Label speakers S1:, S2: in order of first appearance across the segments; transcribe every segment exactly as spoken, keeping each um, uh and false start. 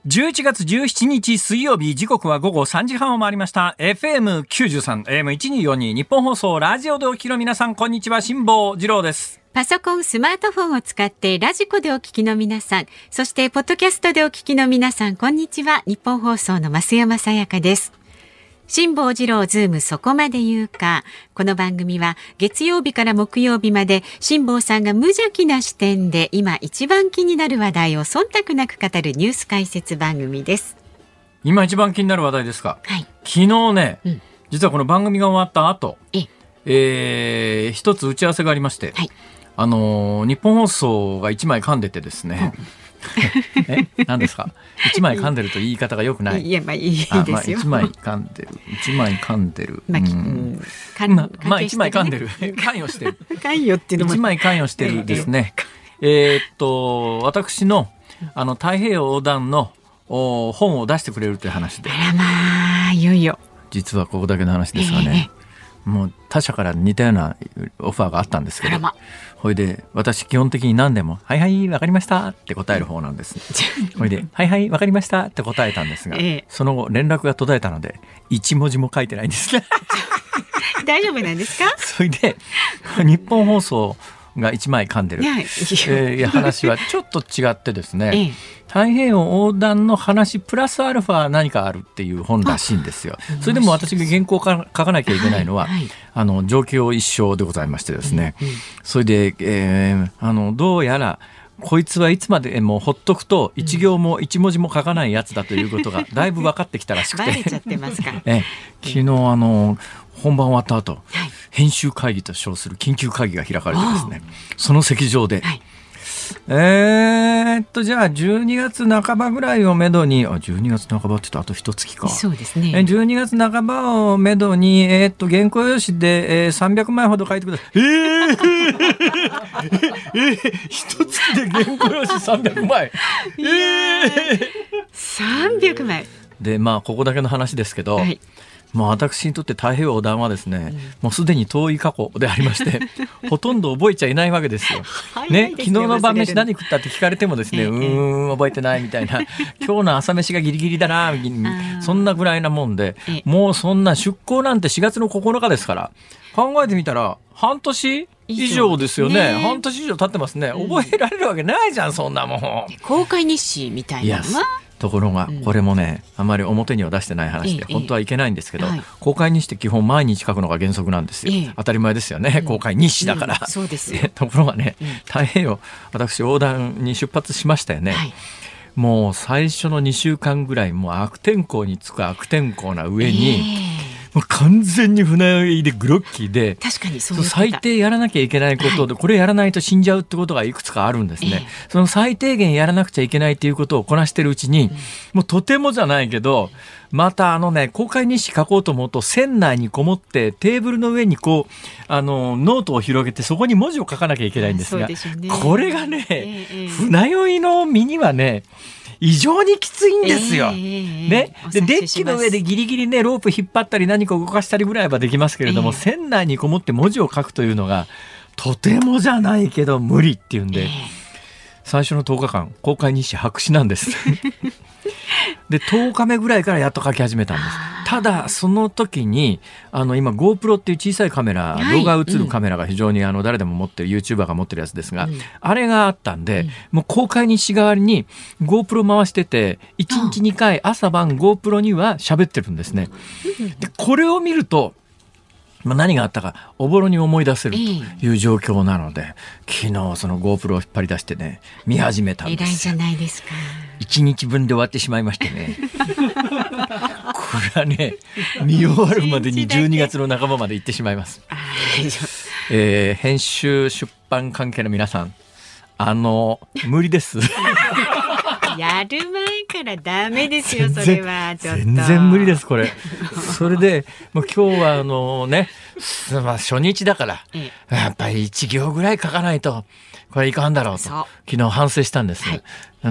S1: じゅういちがつじゅうしちにち水曜日、時刻は午後さんじはんを回りました。 エフエムきゅうじゅうさん エーエムせんにひゃくよんじゅうに 日本放送ラジオでお聞きの皆さん、こんにちは。辛坊治郎です。
S2: パソコン、スマートフォンを使ってラジコでお聞きの皆さん、そしてポッドキャストでお聞きの皆さん、こんにちは。日本放送の増山さやかです。辛坊治郎ズームそこまで言うか。この番組は月曜日から木曜日まで辛坊さんが無邪気な視点で今一番気になる話題を忖度なく語るニュース解説番組です。
S1: 今一番気になる話題ですか。
S2: はい、
S1: 昨日ね、うん、実はこの番組が終わった後、
S2: え
S1: えー、一つ打ち合わせがありまして、
S2: はい、
S1: あのー、日本放送が一枚噛んでてですね、うんえ何ですか。一枚噛んでると言い方が良くない。
S2: いや、まあいいですよ。
S1: あ、まあ、一枚噛んでる一枚噛んでる、
S2: まあ、
S1: うん
S2: ま
S1: まあ一枚噛んでる関与してる
S2: 関与っていうのも
S1: 一枚関与してるですね。えー、っと私のあの太平洋横断の本を出してくれるという話で、
S2: あらまあいよいよ
S1: 実はここだけの話ですがね、えー、もう他社から似たようなオファーがあったんですけど、
S2: ま、
S1: ほいで私基本的に何でもはいはいわかりましたって答える方なんです。ほいではいはいわかりましたって答えたんですが、
S2: ええ、
S1: その後連絡が途絶えたので一文字も書いてないんです
S2: 大丈夫なんですか。
S1: それで日本放送が一枚噛んでる、
S2: いやいや、
S1: えー、話はちょっと違ってですね、
S2: ええ、
S1: 太平洋横断の話プラスアルファ何かあるっていう本らしいんですよ。それでも私が原稿を書かなきゃいけないのは、
S2: はいはい、
S1: あの状況一緒でございましてですね、
S2: うんうん、
S1: それで、えー、あのどうやらこいつはいつまでもほっとくと一行も一文字も書かないやつだということがだいぶ分かってきたらしくて
S2: バレちゃってますか。
S1: え昨日あの本番終わった後、
S2: はい、
S1: 編集会議と称する緊急会議が開かれてですね、その席上で、
S2: はい、
S1: えー、っとじゃあじゅうにがつなかばぐらいをめどに、あじゅうにがつなかばって言うとあと一月か。
S2: そうですね。
S1: じゅうにがつなかばをめどに、えー、っと原稿用紙で、えー、さんびゃくまいほど書いてください。えー、えー、一月で原稿用紙さんびゃくまい、えー、
S2: さんびゃくまい
S1: で、まあここだけの話ですけど、
S2: はい、
S1: もう私にとって太平洋横断はですね、うん、もうすでに遠い過去でありましてほとんど覚えちゃいないわけですよ。ね、昨日の晩飯何食ったって聞かれてもですね、うーん覚えてないみたいな今日の朝飯がギリギリだなそんなぐらいなもんで、もうそんな出港なんてしがつのここのかですから、考えてみたら半年以上ですよ ね, ね半年以上経ってますね。覚えられるわけないじゃんそんなもん。
S2: 公開日誌みたいなのは
S1: ところがこれもね、うん、あまり表には出してない話で、ええ、本当はいけないんですけど、ええ、公開日誌って基本毎日書くのが原則なんですよ、ええ、当たり前ですよね、うん、公開日誌だから、
S2: うん、そうですよ。
S1: ところがね、うん、太平洋私横断に出発しましたよね、はい、もう最初のにしゅうかんぐらいもう悪天候につく悪天候な上に、えー、もう完全に船酔いでグロッキーで、
S2: 確かにそういう
S1: 最低やらなきゃいけないことで、はい、これやらないと死んじゃうってことがいくつかあるんですね、えー、その最低限やらなくちゃいけないっていうことをこなしてるうちに、うん、もうとてもじゃないけどまたあのね公開日誌書こうと思うと船内にこもってテーブルの上にこうあのノートを広げてそこに文字を書かなきゃいけないんですが、
S2: そうでしょうね、
S1: これがね、
S2: えー、
S1: 船酔いの身にはね異常にきついんですよ、えーね、でデッキの上でギリギリねロープ引っ張ったり何か動かしたりぐらいはできますけれども、えー、船内にこもって文字を書くというのがとてもじゃないけど無理っていうんで、えー、最初のとおかかん公開日誌白紙なんですでとおかめぐらいからやっと書き始めたんです。ただその時にあの今 GoPro っていう小さいカメラ、はい、動画映るカメラが非常にあの誰でも持ってる YouTuber が持ってるやつですが、うん、あれがあったんで、うん、もう公開日誌代わりに GoPro 回してていちにちにかい朝晩 GoPro には喋ってるんですね。でこれを見るとまあ、何があったかおぼろに思い出せるという状況なので、えー、昨日その GoPro を引っ張り出してね見始めたんです。
S2: 偉いじゃないですか。
S1: いちにちぶんで終わってしまいましてねこれはね見終わるまでにじゅうにがつの半ばまで行ってしまいます、えー、編集出版関係の皆さんあの無理です
S2: やる前からダメですよ。それはちょっと
S1: 全然無理ですこれそれでもう今日はあのね、まあ、初日だから、ええ、やっぱりいち行ぐらい書かないとこれいかんだろうと昨日反省したんです、はい、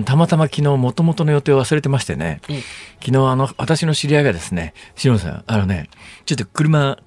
S1: たまたま昨日元々の予定を忘れてましてね、ええ、昨日あの私の知り合いがですね、篠野さんあのねちょっと車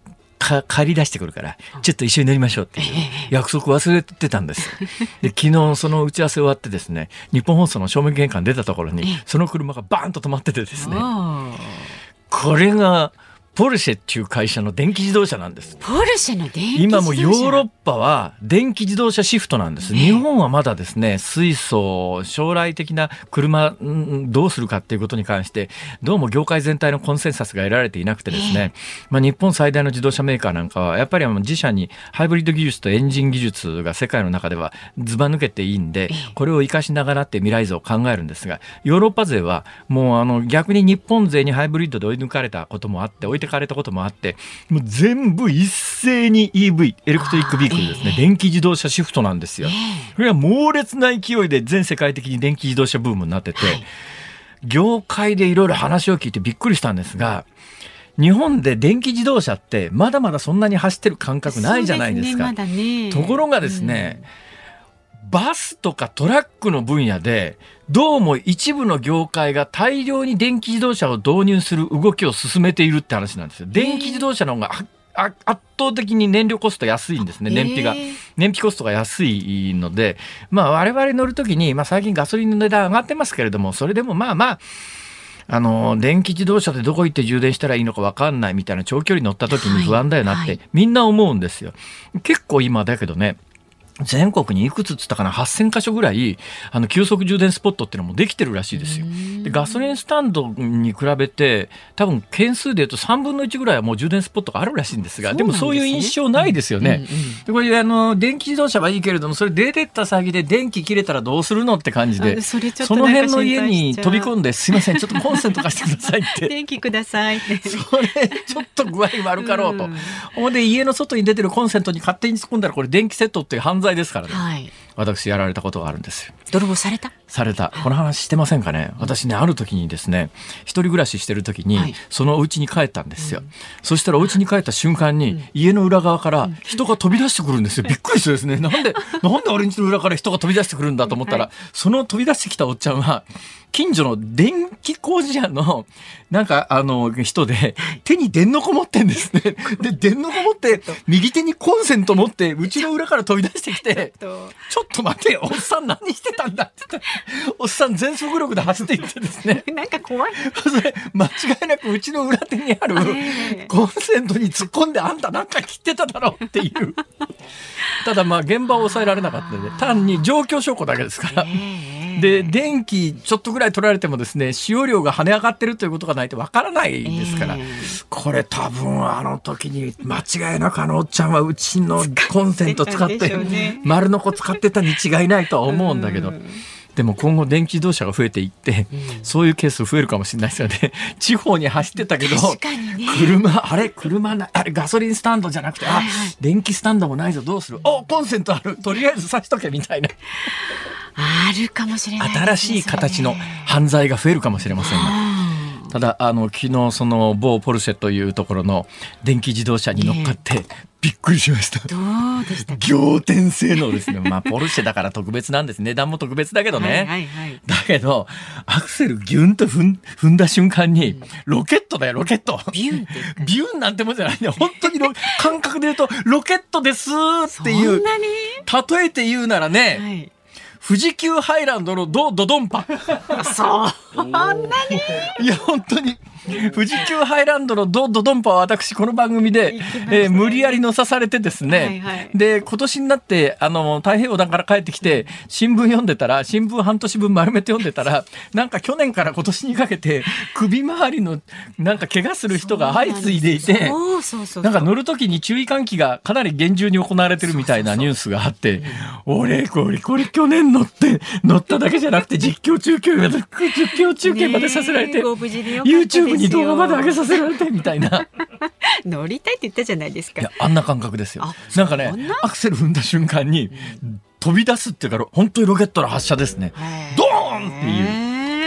S1: か借り出してくるからちょっと一緒に乗りましょうっていう約束忘れてたんです。で昨日その打ち合わせ終わってですね、日本放送の正面玄関出たところにその車がバーンと止まっててですね、これがポルシェっていう会社の電気自動車なんです。
S2: ポルシェの電気自動車。
S1: 今もヨーロッパは電気自動車シフトなんです。日本はまだですね、水素、将来的な車、うん、どうするかっていうことに関してどうも業界全体のコンセンサスが得られていなくてですね、まあ、日本最大の自動車メーカーなんかはやっぱり自社にハイブリッド技術とエンジン技術が世界の中ではずば抜けていいんで、これを生かしながらって未来像を考えるんですが、ヨーロッパ勢はもうあの逆に日本勢にハイブリッドで追い抜かれたこともあって置いてかれたこともあって、もう全部一斉に イーブイ エレクトリックビークルですね、えー、電気自動車シフトなんですよ、えー、これは猛烈な勢いで全世界的に電気自動車ブームになってて、はい、業界でいろいろ話を聞いてびっくりしたんですが、日本で電気自動車ってまだまだそんなに走ってる感覚ないじゃないですか。
S2: そうですね、まだね。
S1: ところがですね、うん、バスとかトラックの分野でどうも一部の業界が大量に電気自動車を導入する動きを進めているって話なんですよ。電気自動車の方が圧倒的に燃料コスト安いんですね。燃費が燃費コストが安いので、まあ我々乗るときに、まあ、最近ガソリンの値段上がってますけれども、それでもまあまああの電気自動車でどこ行って充電したらいいのか分かんないみたいな長距離乗った時に不安だよなってみんな思うんですよ。結構今だけどね、全国にいくつつったかな、はっせんかしょぐらいあの急速充電スポットっていうのもできてるらしいですよ。でガソリンスタンドに比べて多分件数でいうとさんぶんのいちぐらいはもう充電スポットがあるらしいんですが、 で, ですね、でもそういう印象ないですよね、うんうんうん、でこれあの電気自動車はいいけれども、それ出てった先で電気切れたらどうするのって感じで、 そ, その辺の家に飛び込んで、すいませんちょっとコンセント貸してくださいって
S2: 電気くださいって
S1: それちょっと具合悪かろうと、うん、ほんで家の外に出てるコンセントに勝手に突っ込んだらこれ電気セットっていう犯罪ですからね、はい、私やられたことがあるんですよ。
S2: 泥棒された
S1: された。この話してませんかね。私ね、ある時にですね、一人暮らししてる時に、はい、そのお家に帰ったんですよ、うん、そしたらお家に帰った瞬間に、うん、家の裏側から人が飛び出してくるんですよ。びっくりするですね。なんでなんで俺ん家の裏から人が飛び出してくるんだと思ったら、はい、その飛び出してきたおっちゃんは近所の電気工事屋のなんかあの人で、手に電のこ持ってんですね。で電のこ持って右手にコンセント持ってうちの裏から飛び出してきて、ちょっと待てよおっさん何してたんだって言ったら、おっさん全速力で走っていってですね
S2: なんか怖い。
S1: それ間違いなくうちの裏手にあるコンセントに突っ込んで、あんたなんか切ってただろうっていう。ただまあ現場を抑えられなかったので、単に状況証拠だけですから、で電気ちょっとぐらい取られてもですね、使用量が跳ね上がってるということがないとわからないですから、えー、これ多分あの時に間違いなくあのおっちゃんはうちのコンセント使って、ね、丸のこ使ってたに違いないとは思うんだけど、でも今後電気自動車が増えていって、うん、そういうケース増えるかもしれないですよね。地方に走ってたけど、
S2: 確かにね、
S1: 車あれ車なあれガソリンスタンドじゃなくて、はいはい、あ電気スタンドもないぞどうする、おコンセントある、とりあえず差しとけみたいな
S2: あるかもしれないですね。
S1: 新しい形の犯罪が増えるかもしれませんが、ただあの昨日その某ポルシェというところの電気自動車に乗っかって、ね、びっくりしました。
S2: どうでしたっけ。
S1: 仰天性能ですね。まあポルシェだから特別なんです。値段も特別だけどね、はいはいはい、だけどアクセルギュンと踏ん、踏んだ瞬間に、うん、ロケットだよロケット。
S2: ビュンって
S1: ビュンなんてもんじゃないね。本当に感覚で言うとロケットですっていう。
S2: そんなに
S1: 例えて言うならね、はい、富士急ハイランドのドドドンパ。
S2: そうそんなに
S1: いや本当に富士急ハイランドのドドドンパは私この番組で、ねえー、無理やり乗さされてですね、はいはい、で今年になってあの太平洋団から帰ってきて新聞読んでたら、新聞半年分丸めて読んでたら、なんか去年から今年にかけて首周りのなんか怪我する人が相次いでいて、なんか乗るときに注意喚起がかなり厳重に行われてるみたいなニュースがあって、俺これこれ去年乗って乗っただけじゃなくて実況中継まで実況中継までさせられて、YouTubeに動画まで上げさせられてみたいな
S2: 乗りたいって言ったじゃないですか。
S1: いやあんな感覚ですよ。なんかねアクセル踏んだ瞬間に飛び出すっていうか、本当にロケットの発射ですね。ドーンっていう。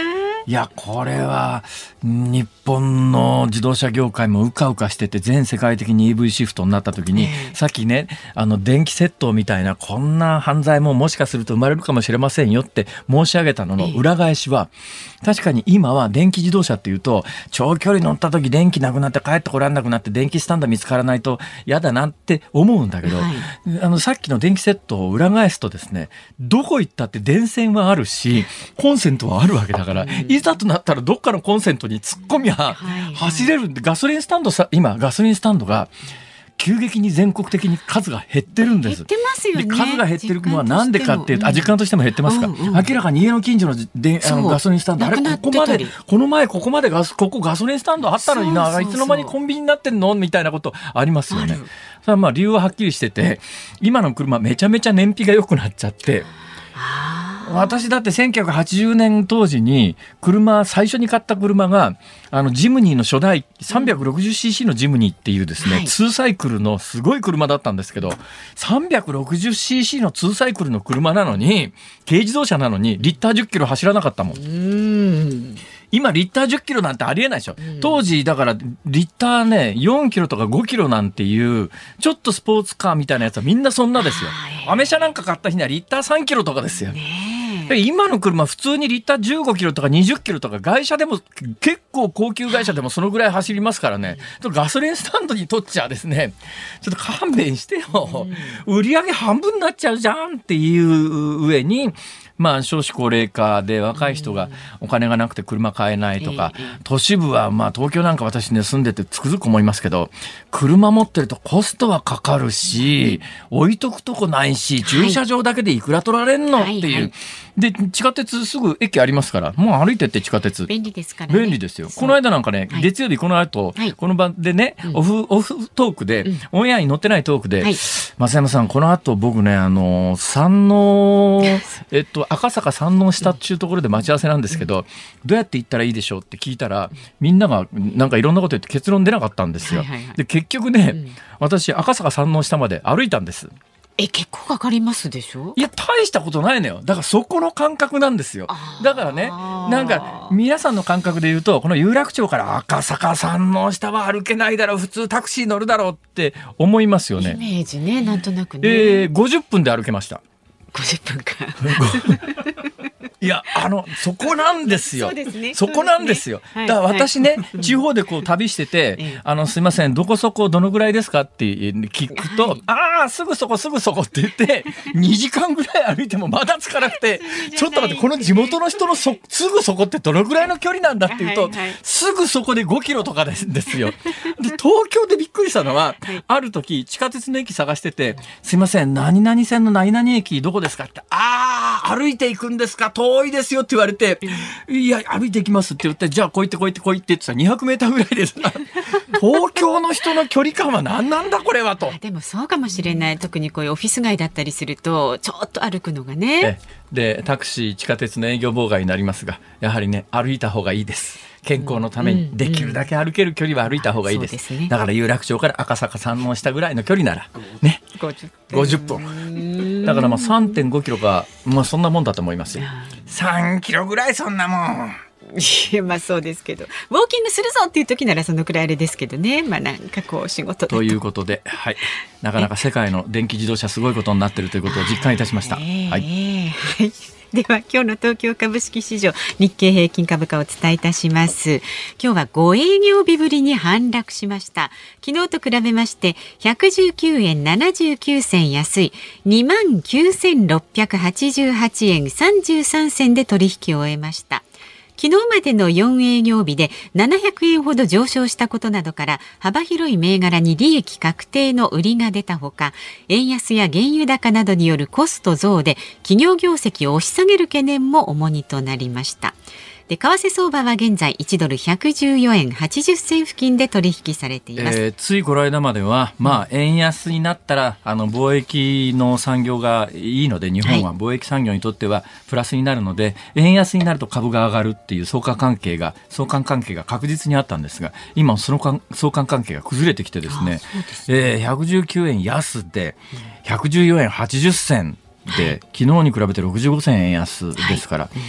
S1: いやこれは日本の自動車業界もうかうかしてて全世界的に イーブイ シフトになった時に、えー、さっきねあの電気窃盗みたいなこんな犯罪ももしかすると生まれるかもしれませんよって申し上げたのの裏返しは、えー、確かに今は電気自動車っていうと長距離乗った時電気なくなって帰ってこられなくなって電気スタンド見つからないと嫌だなって思うんだけど、はい、あのさっきの電気窃盗を裏返すとですねどこ行ったって電線はあるしコンセントはあるわけだから、うん、いざとなったらどっかのコンセントに突っ込みゃ走れるんで、ガソリンスタンドさ今ガソリンスタンドが急激に全国的に数が減ってるんです。
S2: 減ってますよね。
S1: で数が減ってるのはなんでかっていうと、あ実感としても減ってますか、うんうん、明らかに家の近所のであのガソリンスタンドあれここまでこの前ここまでガスここガソリンスタンドあったのにな、そうそうそういつの間にコンビニになってんのみたいなことありますよね。それはまあ理由ははっきりしてて、今の車めちゃめちゃ燃費が良くなっちゃって、私だってせんきゅうひゃくはちじゅうねん当時に車最初に買った車があのジムニーの初代 さんびゃくろくじゅうシーシー のジムニーっていうですね、はい、ツーサイクルのすごい車だったんですけど さんびゃくろくじゅうシーシー のツーサイクルの車なのに軽自動車なのにリッターじゅっキロ走らなかったもん。うーん今リッターじゅっキロなんてありえないでしょ、うん、当時だからリッターねよんキロとかごキロなんていうちょっとスポーツカーみたいなやつはみんなそんなですよ。アメ車なんか買った日にはリッターさんキロとかですよ、ね、今の車普通にリッターじゅうごキロとかにじゅっキロとか外車でも結構高級外車でもそのぐらい走りますからね、うん、ガソリンスタンドにとっちゃですねちょっと勘弁してよ、うん、売り上げ半分になっちゃうじゃんっていう上にまあ、少子高齢化で若い人がお金がなくて車買えないとか、都市部はまあ東京なんか私ね住んでてつくづく思いますけど、車持ってるとコストはかかるし、置いとくとこないし、駐車場だけでいくら取られんのっていう。で地下鉄すぐ駅ありますからもう歩いてって地下鉄
S2: 便利ですからね。
S1: 便利ですよ。この間なんかね、はい、月曜日この後、はい、この場でね、うん、オフオフトークで、うん、オンエアに載ってないトークで、はい、増山さんこの後僕ねあの山王えっと赤坂山王下っていうところで待ち合わせなんですけど、うん、どうやって行ったらいいでしょうって聞いたらみんながなんかいろんなこと言って結論出なかったんですよ、はいはいはい、で結局ね、うん、私赤坂山王下まで歩いたんです。
S2: え結構かかりますでしょ。
S1: いや大したことないのよ。だからそこの感覚なんですよ。だからねなんか皆さんの感覚で言うとこの有楽町から赤坂山王下は歩けないだろう普通タクシー乗るだろうって思いますよね。
S2: イメージねなんとなくね、
S1: えー、ごじゅっぷんで歩けました。
S2: ごじゅっぷんか
S1: いやあのそこなんですよ。
S2: そうですね、
S1: そこなんですよ、
S2: はい、
S1: だから私ね、はい、地方でこう旅してて、はい、あのすいませんどこそこどのぐらいですかって聞くと、はい、ああすぐそこすぐそこって言ってにじかんぐらい歩いてもまだ着かなくてちょっと待ってこの地元の人のそすぐそこってどのぐらいの距離なんだっていうと、はいはい、すぐそこでごキロとかですですよ。で東京でびっくりしたのは、はい、ある時地下鉄の駅探しててすいません何々線の何々駅どこですかってああ歩いていくんですか遠いですよって言われて、いや歩いていきますって言ってじゃあこう言ってこう言ってこう言ってって言ったらにひゃくメーターぐらいです東京の人の距離感は何なんだこれはと。
S2: でもそうかもしれない。特にこういうオフィス街だったりするとちょっと歩くのがね。
S1: でタクシー地下鉄の営業妨害になりますがやはりね歩いた方がいいです。健康のためにできるだけ歩ける距離は歩いた方がいいです、うんうん、だから有楽町から赤坂山王下ぐらいの距離ならねごじゅっぷんだからまあ さんてんごキロか、まあ、そんなもんだと思いますよ。さんキロぐらいそんなもん。
S2: いやまあそうですけどウォーキングするぞっていう時ならそのくらいあれですけどね。まあなんかこう仕事だと
S1: ということで、はい、なかなか世界の電気自動車すごいことになっているということを実感いたしました。はい、はい
S2: では今日の東京株式市場日経平均株価をお伝えいたします。今日はご営業日ぶりに反落しました。昨日と比べましてひゃくじゅうきゅうえんななじゅうきゅうせん安い にまんきゅうせんろっぴゃくはちじゅうはちえんさんじゅうさんせんで取引を終えました。昨日までのよん営業日でななひゃくえんほど上昇したことなどから幅広い銘柄に利益確定の売りが出たほか、円安や原油高などによるコスト増で企業業績を押し下げる懸念も重荷となりました。で為替相場は現在いちドルひゃくじゅうよえんはちじゅっせん付近で取引されています、
S1: えー、ついこの間までは、まあ、円安になったらあの貿易の産業がいいので日本は貿易産業にとってはプラスになるので、はい、円安になると株が上がるっていう相関関係が相関関係が確実にあったんですが今その相関関係が崩れてきてですね、えー、ひゃくじゅうきゅうえん安でひゃくじゅうよえんはちじゅっせんで、はい、昨日に比べてろくじゅうごせん円安ですから、はい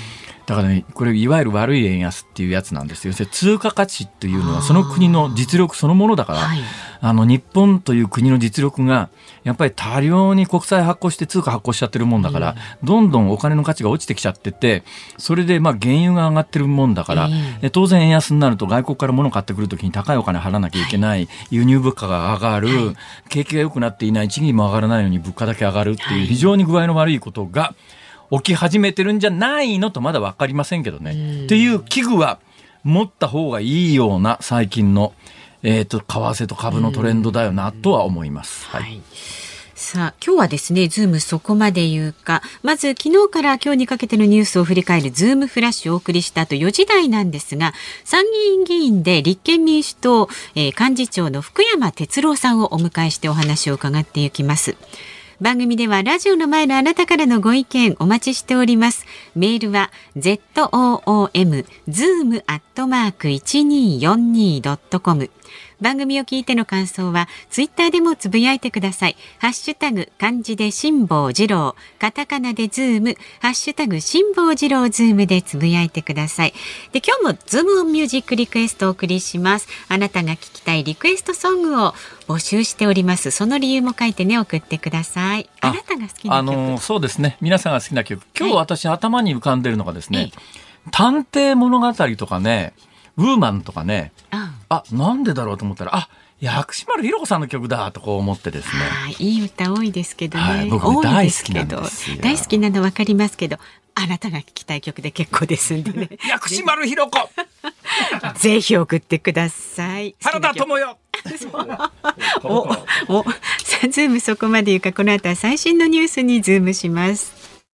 S1: だからね、これいわゆる悪い円安っていうやつなんですよ。通貨価値というのはその国の実力そのものだから、はい、あの日本という国の実力がやっぱり多量に国債発行して通貨発行しちゃってるもんだから、うん、どんどんお金の価値が落ちてきちゃってて、それでまあ原油が上がってるもんだから、えー、当然円安になると外国から物買ってくるときに高いお金払わなきゃいけない、はい、輸入物価が上がる、はい、景気が良くなっていない賃金も上がらないのに物価だけ上がるっていう非常に具合の悪いことが起き始めてるんじゃないのとまだ分かりませんけどね。っていう危惧は持った方がいいような最近の、えーと、為替と株のトレンドだよなとは思います。はい。
S2: さあ今日はですね、ズームそこまで言うか、まず昨日から今日にかけてのニュースを振り返るズームフラッシュをお送りした後よじ台なんですが、参議院議員で立憲民主党、えー、幹事長の福山哲郎さんをお迎えしてお話を伺っていきます。番組ではラジオの前のあなたからのご意見お待ちしております。メールは ズーム ズーム アットマーク いちにーよんにー ドットコム。番組を聞いての感想はツイッターでもつぶやいてください。ハッシュタグ漢字で辛坊治郎、カタカナでズーム、ハッシュタグ辛坊治郎ズームでつぶやいてください。で、今日もズームオンミュージックリクエストをお送りします。あなたが聞きたいリクエストソングを募集しております。その理由も書いてね、送ってください。あなたが好きな曲。
S1: あのそうですね、皆さんが好きな曲、今日私、はい、頭に浮かんでるのがですね、探偵物語とかね、ウーマンとかね、ああ、なんでだろうと思ったら、あ、薬師丸ひろ子さんの曲だとこう思ってですね。
S2: いい歌多いですけどね。はい、
S1: 僕も大好きなんですよ。
S2: 大好きなの分かりますけど、あなたが聴きたい曲で結構ですんでね。
S1: 薬師丸ひろ子
S2: ぜひ送ってください。
S1: 原田知世
S2: おおさあズームそこまで言うか、この後は最新のニュースにズームします。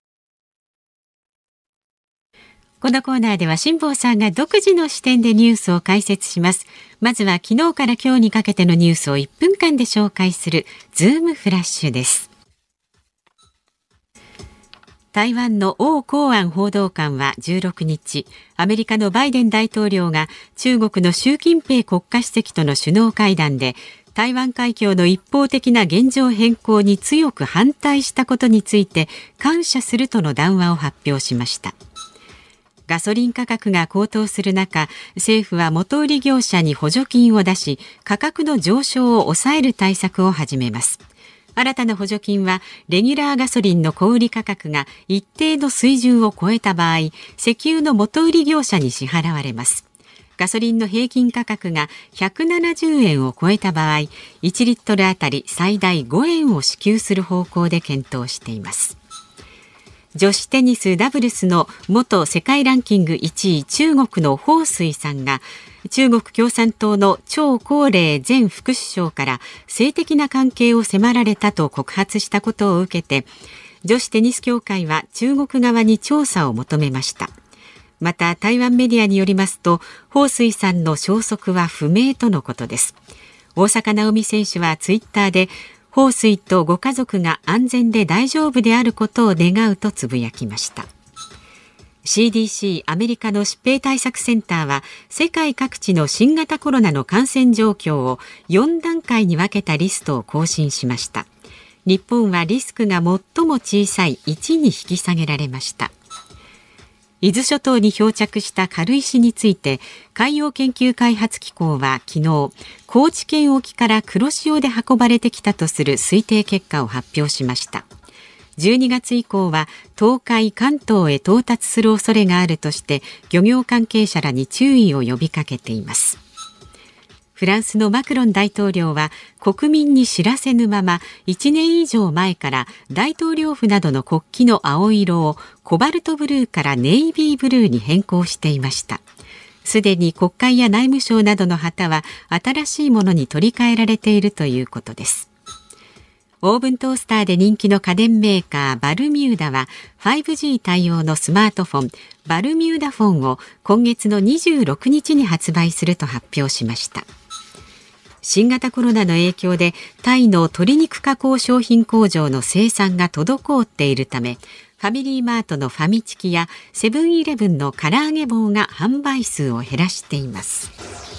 S2: このコーナーでは辛坊さんが独自の視点でニュースを解説します。まずは昨日から今日にかけてのニュースをいっぷんかんで紹介するズームフラッシュです。台湾の王光安報道官はじゅうろくにち、アメリカのバイデン大統領が中国の習近平国家主席との首脳会談で台湾海峡の一方的な現状変更に強く反対したことについて感謝するとの談話を発表しました。ガソリン価格が高騰する中、政府は元売り業者に補助金を出し、価格の上昇を抑える対策を始めます。新たな補助金は、レギュラーガソリンの小売価格が一定の水準を超えた場合、石油の元売り業者に支払われます。ガソリンの平均価格がひゃくななじゅうえんを超えた場合、いちリットルあたり最大ごえんを支給する方向で検討しています。女子テニスダブルスの元世界ランキングいちい中国の彭帥さんが中国共産党の張高麗前副首相から性的な関係を迫られたと告発したことを受けて、女子テニス協会は中国側に調査を求めました。また台湾メディアによりますと、彭帥さんの消息は不明とのことです。大坂なおみ選手はツイッターで、彭帥とご家族が安全で大丈夫であることを願うとつぶやきました。シーディーシー アメリカの疾病対策センターは世界各地の新型コロナの感染状況をよんだんかいに分けたリストを更新しました。日本はリスクが最も小さいいちに引き下げられました。伊豆諸島に漂着した軽石について海洋研究開発機構は昨日、高知県沖から黒潮で運ばれてきたとする推定結果を発表しました。じゅうにがつ以降は東海関東へ到達する恐れがあるとして漁業関係者らに注意を呼びかけています。フランスのマクロン大統領は国民に知らせぬままいちねん以上前から大統領府などの国旗の青色をコバルトブルーからネイビーブルーに変更していました。すでに国会や内務省などの旗は新しいものに取り替えられているということです。オーブントースターで人気の家電メーカーバルミューダは ファイブジー 対応のスマートフォンバルミューダフォンを今月のにじゅうろくにちに発売すると発表しました。新型コロナの影響でタイの鶏肉加工商品工場の生産が滞っているため、ファミリーマートのファミチキやセブンイレブンの唐揚げ棒が販売数を減らしています。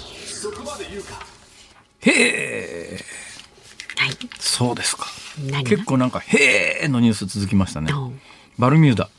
S1: へえ、はい、そうですか。結構なんかへーのニュース続きましたね。バルミューダ、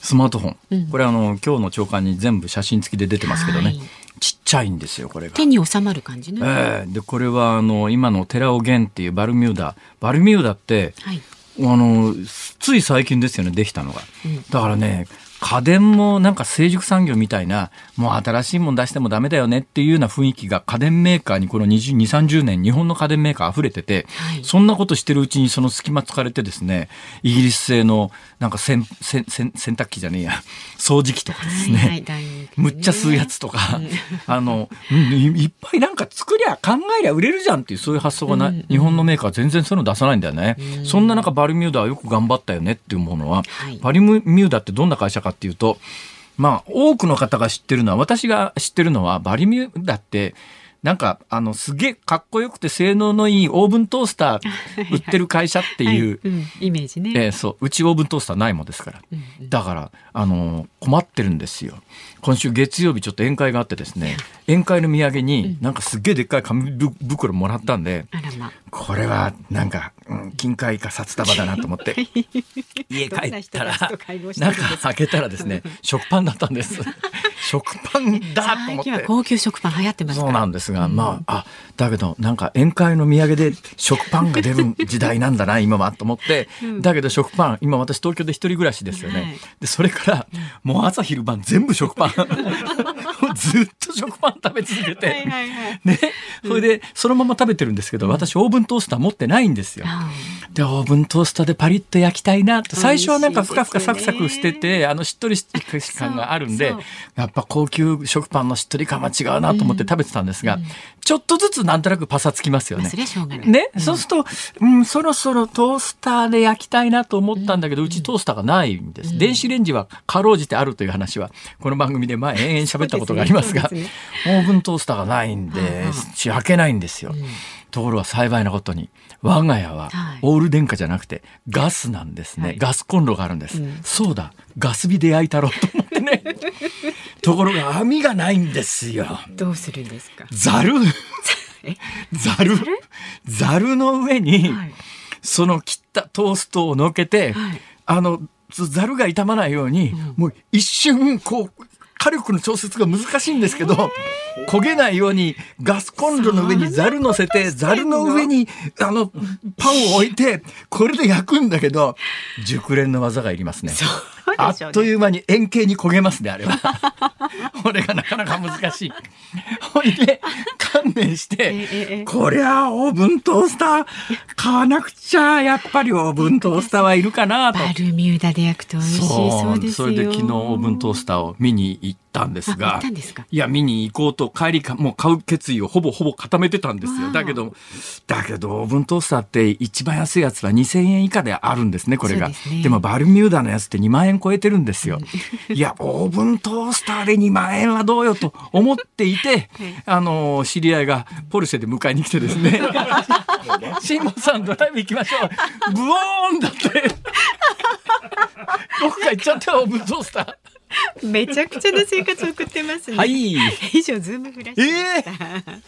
S3: スマートフォン、
S2: うん、
S3: これあの今日の朝刊に全部写真付きで出てますけどね、
S2: はい、
S3: ちっちゃいんですよこれが。
S2: 手に収まる感じね、
S3: えー、でこれはあの今のテラオゲンっていうバルミューダバルミューダって、はい、あのつい最近ですよねできたのが、うん、だからね家電もなんか成熟産業みたいなもう新しいもん出してもダメだよねっていうような雰囲気が家電メーカーにこのにじゅうに、さんじゅうねん日本の家電メーカー溢れてて、はい、そんなことしてるうちにその隙間突かれてですねイギリス製のなんか洗洗洗洗濯機じゃねえや掃除機とかですね、はいはいね、むっちゃ吸うやつとか、うん、あのいっぱいなんか作りゃ考えりゃ売れるじゃんっていうそういう発想がな、うんうん、日本のメーカーは全然そういうの出さないんだよね、うん、そんな中バルミューダはよく頑張ったよねっていうものは、はい、バルミューダってどんな会社かっていうと、まあ多くの方が知ってるのは私が知ってるのはバルミューダってなんかあのすげえかっこよくて性能のいいオーブントースター売ってる会社っていう、はい
S2: うん、イメージね、
S3: えー、そううちオーブントースターないもんですから、うんうん、だからあの困ってるんですよ。今週月曜日ちょっと宴会があってですね宴会の土産になんかすっげえでっかい紙袋もらったんで、うん、あらまこれはなんか、うん、金塊か札束だなと思って家帰ったらなんか開けたらですね食パンだったんです食パンだと思って
S2: 最近は高級食パン流行ってますから
S3: そうなんですが、うん、まあ、あだけどなんか宴会の土産で食パンが出る時代なんだな今はと思って、うん、だけど食パン今私東京で一人暮らしですよね、はい、でそれからもう朝昼晩全部食パンずっと食パン食べ続けてはいはい、はいね、それでそのまま食べてるんですけど、うん、私オーブントースター持ってないんですよ、うん、でオーブントースターでパリッと焼きたいなと最初はなんかふかふかサクサクしててあのしっとり感があるんでやっぱ高級食パンのしっとり感は違うなと思って食べてたんですが、うんうん、ちょっとずつなんとなくパサつきますよね。ね、うん、そうすると、うん、そろそろトースターで焼きたいなと思ったんだけど、うん、うちトースターがないんです、うん、電子レンジはかろうじてあるという話はこの番組で前延々喋ったことがありますがす、ねすね、オーブントースターがないんで焼けないんですよ、うん、ところが幸いなことに我が家はオール電化じゃなくてガスなんですね、はい、ガスコンロがあるんです、うん、そうだガス火で焼いたろうと思ってねところが網がないんですよ。
S2: どうするんですか。
S3: ざるざるざるの上に、はい、その切ったトーストを乗っけて、はい、あのざるが傷まないように、うん、もう一瞬こう火力の調節が難しいんですけど、えー、焦げないようにガスコンロの上にザル乗せてザルの上にあのパンを置いてこれで焼くんだけど熟練の技がいりますね。あっという間に円形に焦げますねあれはこれがなかなか難しいほいで観念して、えーえー、こりゃオーブントースター買わなくちゃやっぱりオーブントースターはいるかなと。
S2: バルミューダで焼くと美味しいそうですよ。
S3: それで昨日オーブントースターを見に行ったんですがいや見に行こうと帰りかもう買う決意をほぼほぼ固めてたんですよ。だけどだけどオーブントースターって一番安いやつはにせんえん以下であるんですねこれが。 で, ね、でもバルミューダのやつってにまんえん超えてるんですよ。いやオーブントースターでにまんえんはどうよと思っていてあの知り合いがポルシェで迎えに来てですね辛坊さんドライブ行きましょうブオーンだってどこか行っちゃったよオーブントースタ
S2: ーめちゃくちゃな生活を送ってますね。はい。以上ズームフラッシュでした。えー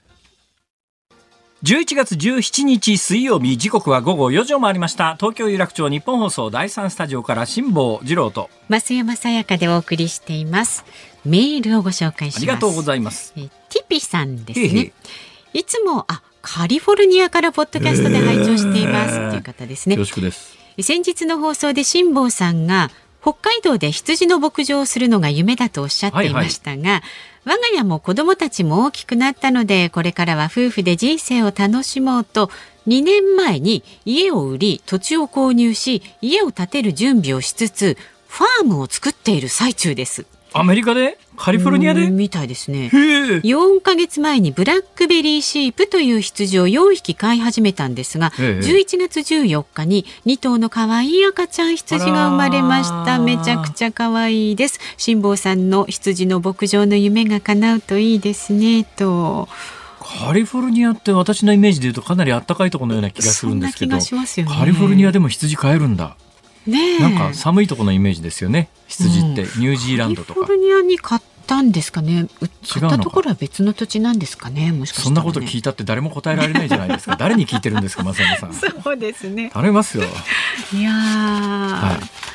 S1: じゅういちがつじゅうしちにち水曜日時刻は午後よじを回りました。東京有楽町日本放送だいさんスタジオから辛坊治郎と
S2: 増山さやかでお送りしています。メールをご紹介します。
S1: ありがとうございます。
S2: えティピさんですね。へへいつもあカリフォルニアからポッドキャストで拝聴していますという方ですね。
S3: 恐縮です。
S2: 先日の放送で辛坊さんが北海道で羊の牧場をするのが夢だとおっしゃっていましたが、はいはい、我が家も子供たちも大きくなったのでこれからは夫婦で人生を楽しもうとにねんまえに家を売り土地を購入し家を建てる準備をしつつファームを作っている最中です。
S1: アメリカでカリフォルニアで
S2: みたいですね。よんかげつまえにブラックベリーシープという羊をよんひき飼い始めたんですがじゅういちがつじゅうよっかににとうの可愛い赤ちゃん羊が生まれました。めちゃくちゃ可愛いです。辛坊さんの羊の牧場の夢が叶うといいですねと。
S1: カリフォルニアって私のイメージで言うとかなり暖かいところのような気がするんですけど、
S2: そんな気がしますよね。
S1: カリフォルニアでも羊飼えるんだ
S2: ねえ、
S1: なんか寒いところのイメージですよね羊って、うん、ニュージーランドとか。
S2: カリフォルニアに買ったんですかね。買ったところは別の土地なんですかね。もしかしたらね、
S1: そんなこと聞いたって誰も答えられないじゃないですか誰に聞いてるんですか増山さん。
S2: そうですね、
S1: 頼みますよ。
S2: いや、はい、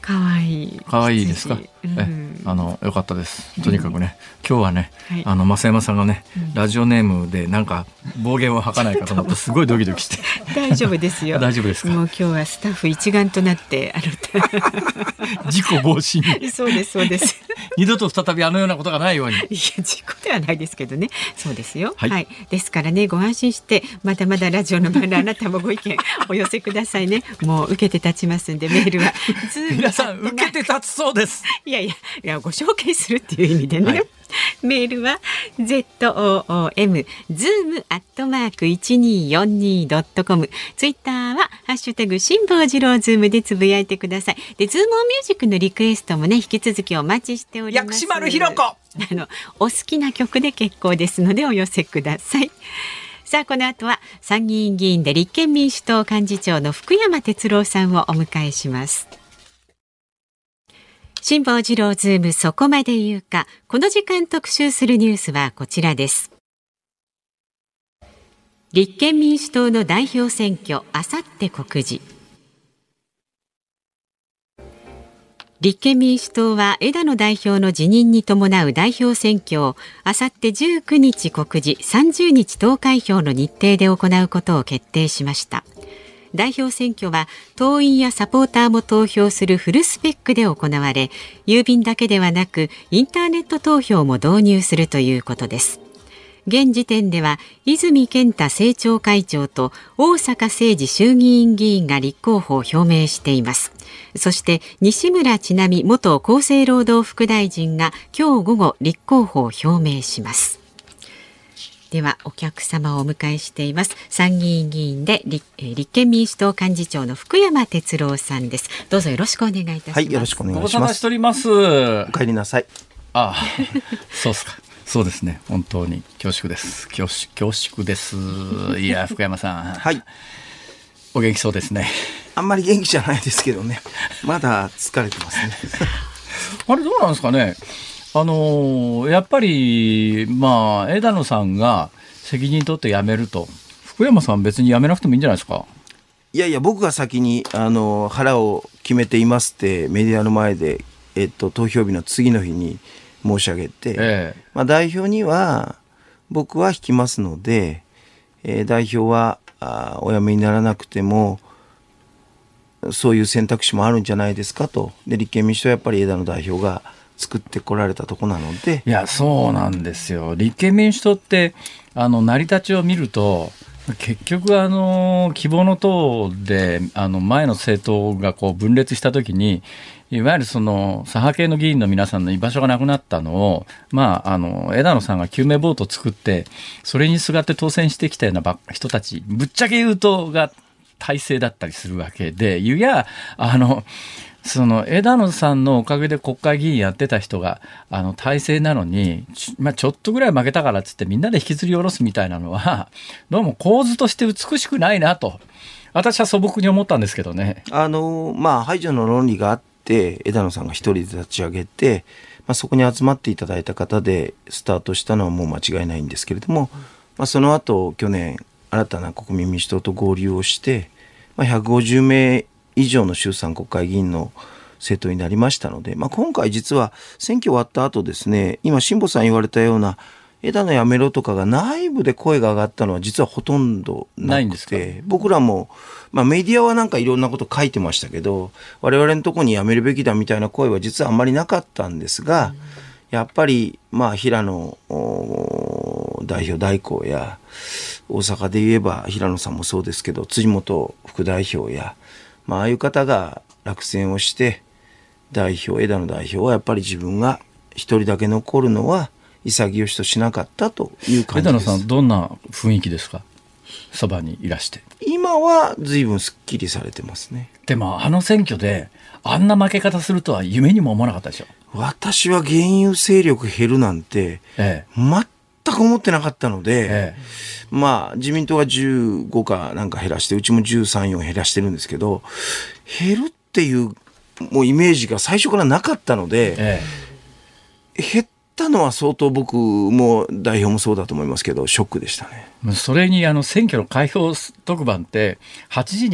S2: かわいい。
S3: かわいいですか。うん、えあのよかったです。とにかくね、うん、今日はね、はい、あの増山さんがね、うん、ラジオネームでなんか暴言を吐かないかと思ってすごいドキドキして。
S2: 大丈夫ですよ。
S3: 大丈夫ですか。
S2: もう今日はスタッフ一丸となってあ
S3: の事故防止に。
S2: そうですそうです。
S3: 二度と再びあのようなことがないように。いや
S2: 事故ではないですけどね。そうですよ。はい。はい、ですからね、ご安心してまだまだラジオの前であなたもご意見お寄せくださいね。もう受けて立ちますんで、メールは
S3: 皆さん受けて立つそうです。
S2: いやいやいや、ご紹介するっていう意味でね、はい、メールは ズーム ズーム アットマーク いちにーよんにー ドットコム、 ツイッターはハッシュタグ辛坊治郎ズームでつぶやいてください。で、ズームオンミュージックのリクエストもね、引き続きお待ちしております。
S3: 薬師丸ひろ子、あ
S2: のお好きな曲で結構ですのでお寄せください。さあ、この後は参議院議員で立憲民主党幹事長の福山哲郎さんをお迎えします。辛坊治郎ズームそこまで言うか。この時間特集するニュースはこちらです。立憲民主党の代表選挙、あさって告示。立憲民主党は枝野代表の辞任に伴う代表選挙をあさってじゅうくにち告示、さんじゅうにち投開票の日程で行うことを決定しました。代表選挙は党員やサポーターも投票するフルスペックで行われ、郵便だけではなくインターネット投票も導入するということです。現時点では泉健太政調会長と逢坂誠二衆議院議員が立候補を表明しています。そして西村智奈美元厚生労働副大臣が今日午後立候補を表明します。ではお客様をお迎えしています。参議院議員で 立, 立憲民主党幹事長の福山哲郎さんです。どうぞよろしくお願いいたします。
S4: はい、よろしくお願いします。
S3: ご無沙汰しております。
S4: お帰りなさい。
S3: ああ、そうですか。そうですね。本当に恐縮です。恐縮、恐縮です。いや、福山さん。
S4: はい。
S3: お元気そうですね。
S4: あんまり元気じゃないですけどね。まだ疲れてますね。
S3: あれどうなんですかね。あのやっぱり、まあ、枝野さんが責任取って辞めると、福山さん別に辞めなくてもいいんじゃないですか。
S4: いやいや、僕が先にあの腹を決めていますってメディアの前で、えっと、投票日の次の日に申し上げて、ええまあ、代表には僕は引きますので、えー、代表はあお辞めにならなくてもそういう選択肢もあるんじゃないですかと。で、立憲民主党はやっぱり枝野代表が作ってこられたとこなので。
S3: いや、そうなんですよ。立憲民主党ってあの成り立ちを見ると結局あの希望の党であの前の政党がこう分裂したときに、いわゆるその左派系の議員の皆さんの居場所がなくなったのを、まあ、あの枝野さんが救命ボートを作ってそれにすがって当選してきたような人たち、ぶっちゃけ言うとが体制だったりするわけで、いやあのその枝野さんのおかげで国会議員やってた人があの体制なのに、ち、まあ、ちょっとぐらい負けたからっつってみんなで引きずり下ろすみたいなのはどうも構図として美しくないなと私は素朴に思ったんですけどね。
S4: あの、まあ、排除の論理があって枝野さんが一人で立ち上げて、まあ、そこに集まっていただいた方でスタートしたのはもう間違いないんですけれども、まあ、その後去年新たな国民民主党と合流をして、まあ、ひゃくごじゅうめい以上の衆参国会議員の政党になりましたので、まあ、今回実は選挙終わった後ですね、今辛坊さん言われたような枝野やめろとかが内部で声が上がったのは実はほとんどなくて、僕らも、まあ、メディアはなんかいろんなこと書いてましたけど、我々のところにやめるべきだみたいな声は実はあんまりなかったんですが、やっぱりまあ平野代表代行や大阪で言えば平野さんもそうですけど辻元副代表や、まあ、ああいう方が落選をして代表枝野代表はやっぱり自分が一人だけ残るのは潔しとしなかったという感じです。
S3: 枝野さんどんな雰囲気ですか、そばにいらして。
S4: 今は随分すっきりされてますね。
S3: でもあの選挙であんな負け方するとは夢にも思わなかったでしょ。
S4: 私は現有勢力減るなんて全く思ってなかったので、ええ、まあ自民党がじゅうごかなんか減らして、うちもじゅうさん、よん減らしてるんですけど、減るっていうもうイメージが最初からなかったので、ええ、減ったのは相当僕も代表もそうだと思いますけどショックでしたね。
S3: それにあの選挙の開票特番ってはちじに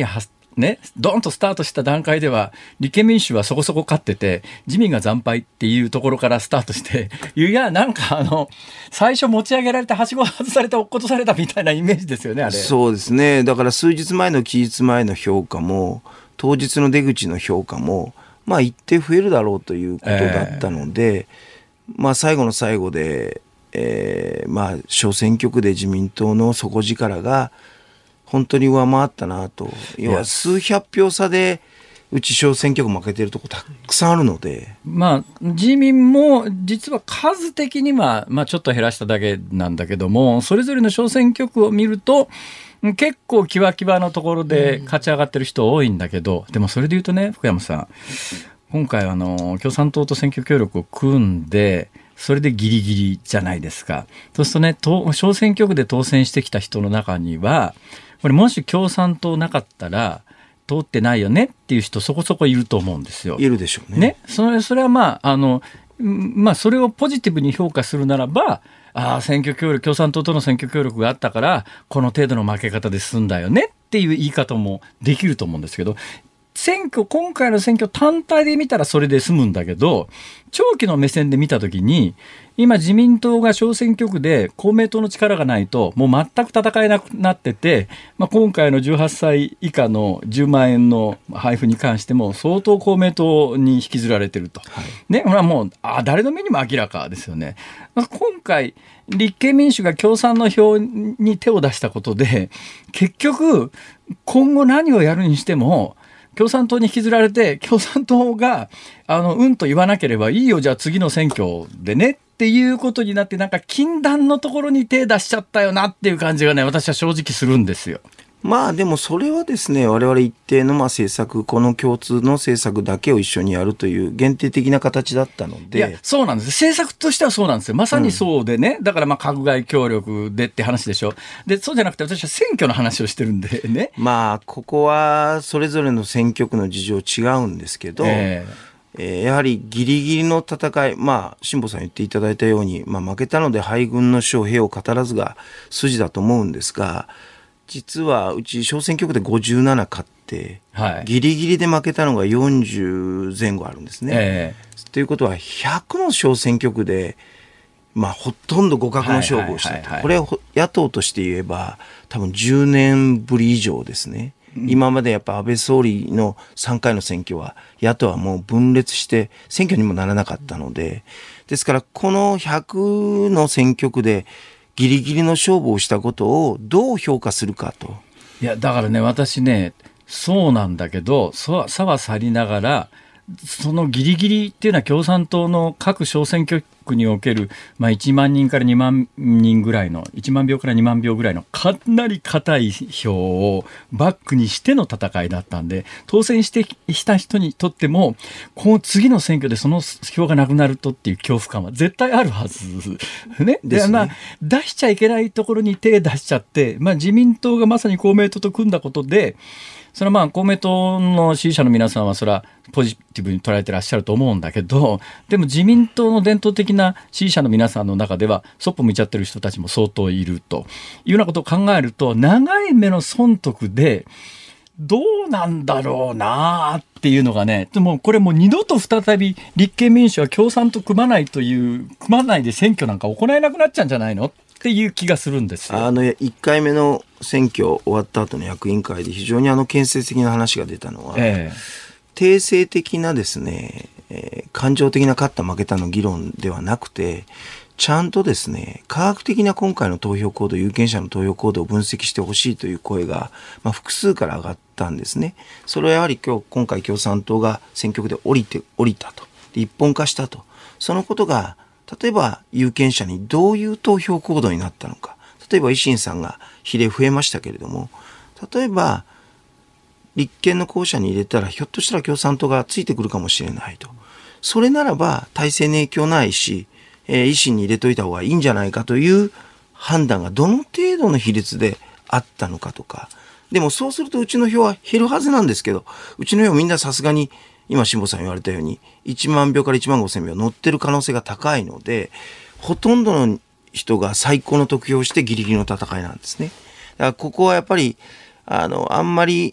S3: ね、ドンとスタートした段階では立憲民主はそこそこ勝ってて自民が惨敗っていうところからスタートしていやなんかあの最初持ち上げられてはしご外されて落っことされたみたいなイメージですよねあれ。
S4: そうですね。だから数日前の期日前の評価も当日の出口の評価もまあ一定増えるだろうということだったので、えー、まあ最後の最後で、えー、まあ小選挙区で自民党の底力が本当に上回ったなと。要は数百票差でうち小選挙区負けてるとこたくさんあるので、
S3: まあ自民も実は数的にはまあちょっと減らしただけなんだけども、それぞれの小選挙区を見ると結構キワキワのところで勝ち上がってる人多いんだけど、でもそれで言うとね福山さん、今回あの共産党と選挙協力を組んでそれでギリギリじゃないですか。そうするとね、小選挙区で当選してきた人の中にはこれもし共産党なかったら通ってないよねっていう人そこそこいると思うんですよ。
S4: いるでしょうね。
S3: ね、それ、それはまああの、まあ、それをポジティブに評価するならば、ああ選挙協力共産党との選挙協力があったからこの程度の負け方で済んだよねっていう言い方もできると思うんですけど、選挙今回の選挙単体で見たらそれで済むんだけど、長期の目線で見たときに今自民党が小選挙区で公明党の力がないともう全く戦えなくなってて、まあ、今回のじゅうはっさい以下のじゅうまんえんの配布に関しても相当公明党に引きずられてると、はいね、これはもうあ誰の目にも明らかですよね。まあ、今回立憲民主が共産の票に手を出したことで結局今後何をやるにしても共産党に引きずられて共産党があのうんと言わなければいいよじゃあ次の選挙でねっていうことになって、なんか禁断のところに手出しちゃったよなっていう感じがね私は正直するんですよ。
S4: まあでもそれはですね、我々一定のまあ政策、この共通の政策だけを一緒にやるという限定的な形だったので。
S3: いやそうなんです。政策としてはそうなんですよ。まさにそうでね、うん、だからまあ閣外協力でって話でしょ。でそうじゃなくて私は選挙の話をしてるんでね。
S4: まあここはそれぞれの選挙区の事情違うんですけど、えーえー、やはりギリギリの戦い、まあ辛坊さん言っていただいたように、まあ、負けたので敗軍の将兵を語らずが筋だと思うんですが、実はうち小選挙区でごじゅうなな勝って、はい、ギリギリで負けたのがよんじゅうぜん後あるんですね。えー、ということはひゃくの小選挙区で、まあ、ほとんど互角の勝負をしたと。これは野党として言えば多分じゅうねんぶり以上ですね。うん、今までやっぱ安倍総理のさんかいの選挙は野党はもう分裂して選挙にもならなかったので、ですからこのひゃくの選挙区でギリギリの勝負をしたことをどう評価するかと。
S3: いやだからね私ねそうなんだけど差は去りながらそのギリギリっていうのは共産党の各小選挙区における、まあ、いちまんにんからにまんにんぐらいのいちまんひょうからにまんひょうぐらいのかなり固い票をバックにしての戦いだったんで、当選してした人にとってもこの次の選挙でその票がなくなるとっていう恐怖感は絶対あるはず、ね、でまあ、出しちゃいけないところに手出しちゃって、まあ、自民党がまさに公明党と組んだことでそれはまあ公明党の支持者の皆さんはそれはポジティブに捉えてらっしゃると思うんだけど、でも自民党の伝統的な支持者の皆さんの中ではそっぽ向いちゃってる人たちも相当いるというようなことを考えると、長い目の損得でどうなんだろうなっていうのがね、でもこれもう二度と再び立憲民主は共産と組まないという組まないで選挙なんか行えなくなっちゃうんじゃないのっていう気がするんですよ。
S4: あのいっかいめの選挙終わった後の役員会で非常にあの建設的な話が出たのは、えー、定性的なですね、えー、感情的な勝った負けたの議論ではなくて、ちゃんとですね科学的な今回の投票行動、有権者の投票行動を分析してほしいという声が、まあ、複数から上がったんですね。それはやはり今日今回共産党が選挙区で降りて降りたと、で一本化したと、そのことが例えば有権者にどういう投票行動になったのか。例えば維新さんが比例増えましたけれども、例えば立憲の候補者に入れたらひょっとしたら共産党がついてくるかもしれないと。それならば体制に影響ないし、えー、維新に入れといた方がいいんじゃないかという判断がどの程度の比率であったのかとか。でもそうするとうちの票は減るはずなんですけど、うちの票みんなさすがに今辛坊さん言われたようにいちまんひょうからいちまんごせんひょう乗ってる可能性が高いので、ほとんどの人が最高の得票をしてギリギリの戦いなんですね。だからここはやっぱりあのあんまり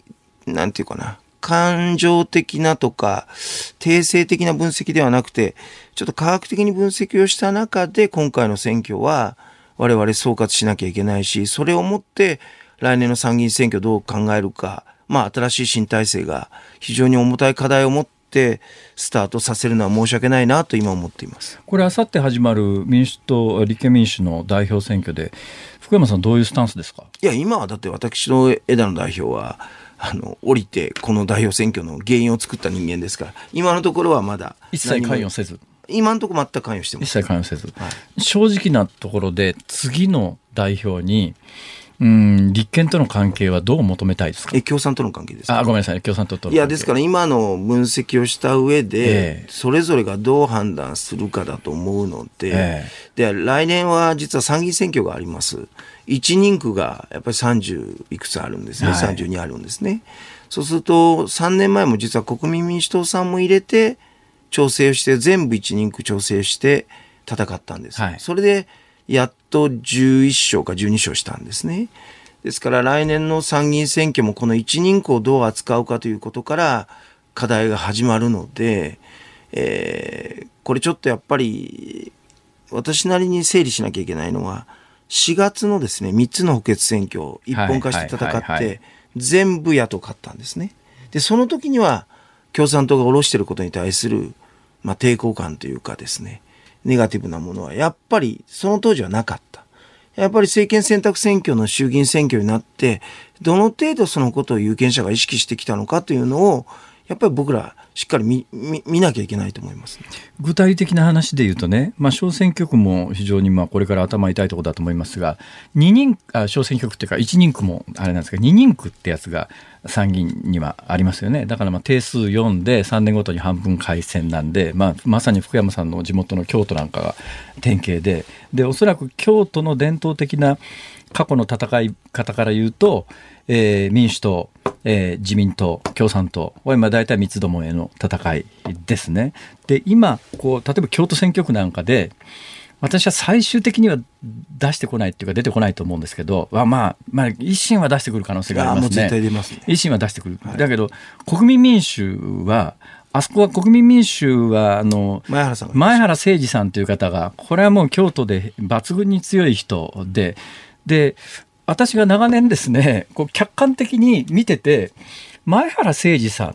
S4: なんていうかな、感情的なとか定性的な分析ではなくて、ちょっと科学的に分析をした中で今回の選挙は我々総括しなきゃいけないし、それをもって来年の参議院選挙をどう考えるか、まあ新しい新体制が非常に重たい課題を持ってスタートさせるのは申し訳ないなと今思っています。
S3: これあさって始まる民主党立憲民主の代表選挙で福山さんどういうスタンスですか？
S4: いや今はだって私の枝野代表はあの降りてこの代表選挙の原因を作った人間ですから、今のところはまだ
S3: 一切関与せず、
S4: 今のところ全く関与してます。
S3: 一切関与せず、
S4: はい、
S3: 正直なところで次の代表にうん立憲との関係はどう求めたいですか？
S4: え共産との関係ですか？
S3: あごめんなさい、共産党との関係。
S4: いやですから今の分析をした上で、えー、それぞれがどう判断するかだと思うので、えー、で来年は実は参議院選挙があります。いち人区がやっぱりさんじゅういくつあるんですね、はい、さんじゅうにあるんですね。そうするとさんねんまえも実は国民民主党さんも入れて調整をして、全部いち人区調整して戦ったんです、はい、それでやっとじゅういっしょうかじゅうにしょうしたんですね。ですから来年の参議院選挙もこのいち人区をどう扱うかということから課題が始まるので、えー、これちょっとやっぱり私なりに整理しなきゃいけないのは、しがつのですねみっつの補欠選挙を一本化して戦って全部野党勝ったんですね。でその時には共産党が下ろしていることに対する、まあ、抵抗感というかですね、ネガティブなものはやっぱりその当時はなかった。やっぱり政権選択選挙の衆議院選挙になってどの程度そのことを有権者が意識してきたのかというのをやっぱり僕らしっかり 見, 見, 見なきゃいけないと思います、ね、
S3: 具体的な話で言うとね、まあ、小選挙区も非常にまあこれから頭痛いところだと思いますが、に人あ小選挙区っていうかいち人区もあれなんですが、に人区ってやつが参議院にはありますよね。だからまあ定数よんでさんねんごとに半分改選なんで、まあ、まさに福山さんの地元の京都なんかが典型で、でおそらく京都の伝統的な過去の戦い方から言うと、えー、民主党、えー、自民党、共産党は今大体三つどもえの戦いですね。で今こう例えば京都選挙区なんかで私は最終的には出してこないっていうか出てこないと思うんですけど、まあまあ、まあ、維新は出してくる可能性がありますね。
S4: もう絶対出ますね。
S3: 維新は出してくる、はい、だけど国民民主はあそこは国民民主はあの
S4: 前原さん
S3: 前原誠司さんという方がこれはもう京都で抜群に強い人で、で私が長年ですねこう客観的に見てて、前原誠司さんって、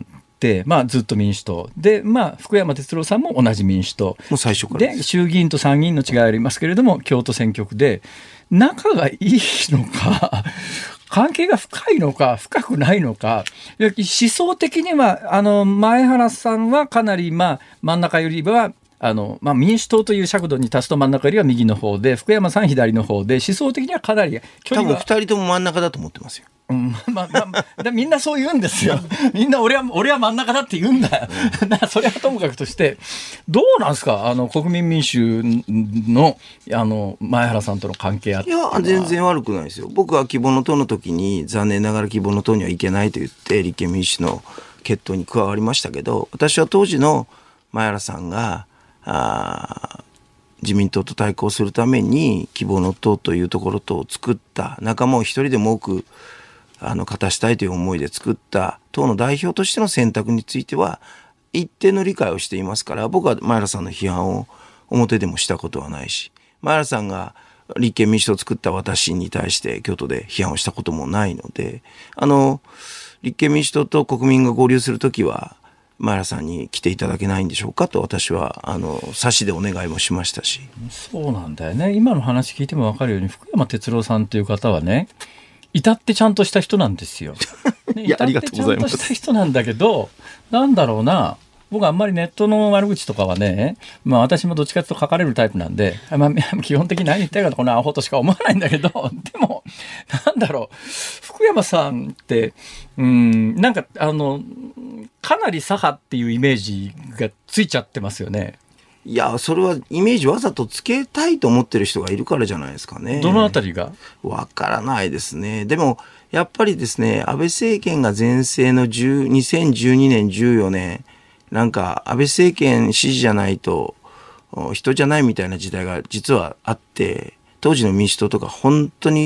S3: まあ、ずっと民主党で、まあ、福山哲郎さんも同じ民主党
S4: もう最初から
S3: で、衆議院と参議院の違いありますけれども京都選挙区で仲がいいのか関係が深いのか深くないのか、思想的にはあの前原さんはかなり、まあ、真ん中よりはあの、まあ、民主党という尺度に立つと真ん中よりは右の方で、福山さん左の方で、思想的にはかなり距離は
S4: 多分ふたりとも真ん中だと思ってますよ。
S3: うんまあまあ、みんなそう言うんですよ。みんな俺は俺は真ん中だって言うんだよ。だからそれはともかくとしてどうなんですか、あの国民民主のあの前原さんとの関係あって。
S4: いや全然悪くないですよ。僕は希望の党の時に残念ながら希望の党には行けないと言って立憲民主の決闘に加わりましたけど、私は当時の前原さんがあ自民党と対抗するために希望の党というところと作った仲間を一人でも多くあの勝たしたいという思いで作った党の代表としての選択については一定の理解をしていますから、僕は前原さんの批判を表でもしたことはないし、前原さんが立憲民主党を作った私に対して京都で批判をしたこともないので、あの立憲民主党と国民が合流するときは前原さんに来ていただけないんでしょうかと私はあの差しでお願いもしましたし。
S3: そうなんだよね。今の話聞いても分かるように福山哲郎さんという方はね、至ってちゃんとした人なんですよ。
S4: いや、ありがとうございます。
S3: 至ってちゃんとした人なんだけど、なんだろうな、僕あんまりネットの悪口とかはね、まあ私もどっちかというと書かれるタイプなんで、まあ、基本的に何言ってるかこのアホとしか思わないんだけど、でもなんだろう、福山さんってうんなんかあのかなり左派っていうイメージがついちゃってますよね。
S4: いやそれはイメージわざとつけたいと思ってる人がいるからじゃないですかね。
S3: どのあたりが？
S4: わからないですね。でもやっぱりですね、安倍政権が全盛のにせんじゅうにねんじゅうよねん、なんか安倍政権支持じゃないと人じゃないみたいな時代が実はあって、当時の民主党とか本当に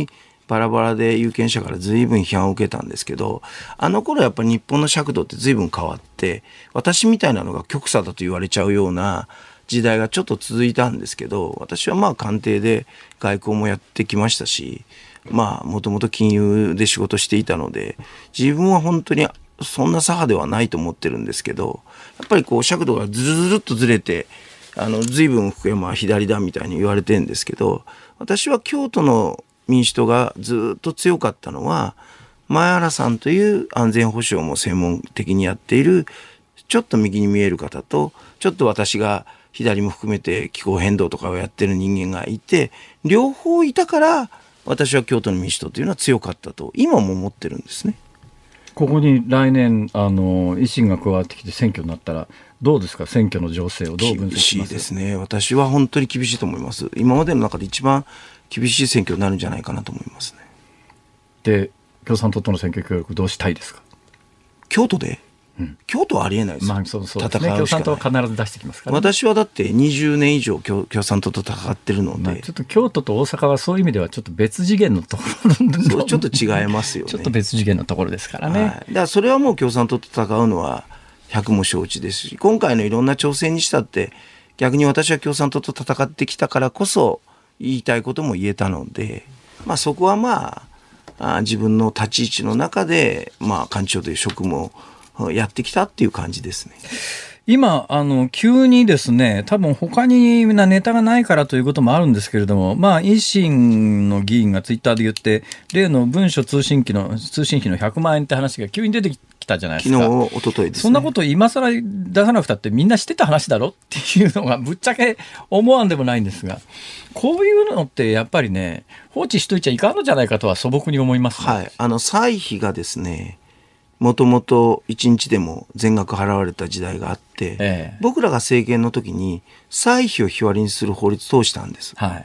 S4: バラバラで有権者から随分批判を受けたんですけど、あの頃やっぱり日本の尺度って随分変わって、私みたいなのが極左だと言われちゃうような時代がちょっと続いたんですけど、私はまあ官邸で外交もやってきましたし、まあもともと金融で仕事していたので、自分は本当にそんな左派ではないと思ってるんですけど、やっぱりこう尺度がずるずるっとずれて、あの随分福山は左だみたいに言われてるんですけど、私は京都の民主党がずっと強かったのは、前原さんという安全保障も専門的にやっているちょっと右に見える方と、ちょっと私が左も含めて気候変動とかをやってる人間がいて、両方いたから私は京都の民主党というのは強かったと今も思ってるんですね。
S3: ここに来年あの維新が加わってきて選挙になったらどうですか、選挙の情勢をどう分析しますか。
S4: 厳しいですね。私は本当に厳しいと思います。今までの中で一番厳しい選挙になるんじゃないかなと思いますね。
S3: で、共産党との選挙協力どうしたいですか。
S4: 京都で、
S3: うん、
S4: 京都はありえないですよ、
S3: まあ、そうそうですね、
S4: 戦うしかない。
S3: 共産党は必ず出してきますから、ね、
S4: 私はだってにじゅうねん以上 共, 共産党と戦ってるので、
S3: まあ、ちょっと京都と大阪はそういう意味ではちょっと別次元のところ
S4: そうちょっと違いますよね。
S3: ちょっと別次元のところですからね、はい、だか
S4: らそれはもう共産党と戦うのは百も承知ですし、今回のいろんな挑戦にしたって逆に私は共産党と戦ってきたからこそ言いたいことも言えたので、まあ、そこはまあ、あ自分の立ち位置の中で、まあ、幹事長という職務をやってきたっていう感じですね。
S3: 今あの急にですね、多分他になネタがないからということもあるんですけれども、まあ、維新の議員がツイッターで言って例の文書通信費の通信費のひゃくまんえんって話が急に出てきたじゃないですか。
S4: 昨日一昨日ですね。
S3: そんなこと今更出さなくたってみんな知ってた話だろっていうのがぶっちゃけ思わんでもないんですが、こういうのってやっぱりね放置しといちゃいかんのじゃないかとは素朴に思います、ね。
S4: はい、あの歳費がですね、もともといちにちでも全額払われた時代があって、ええ、僕らが政権の時に歳費を日割りにする法律を通したんです、はい、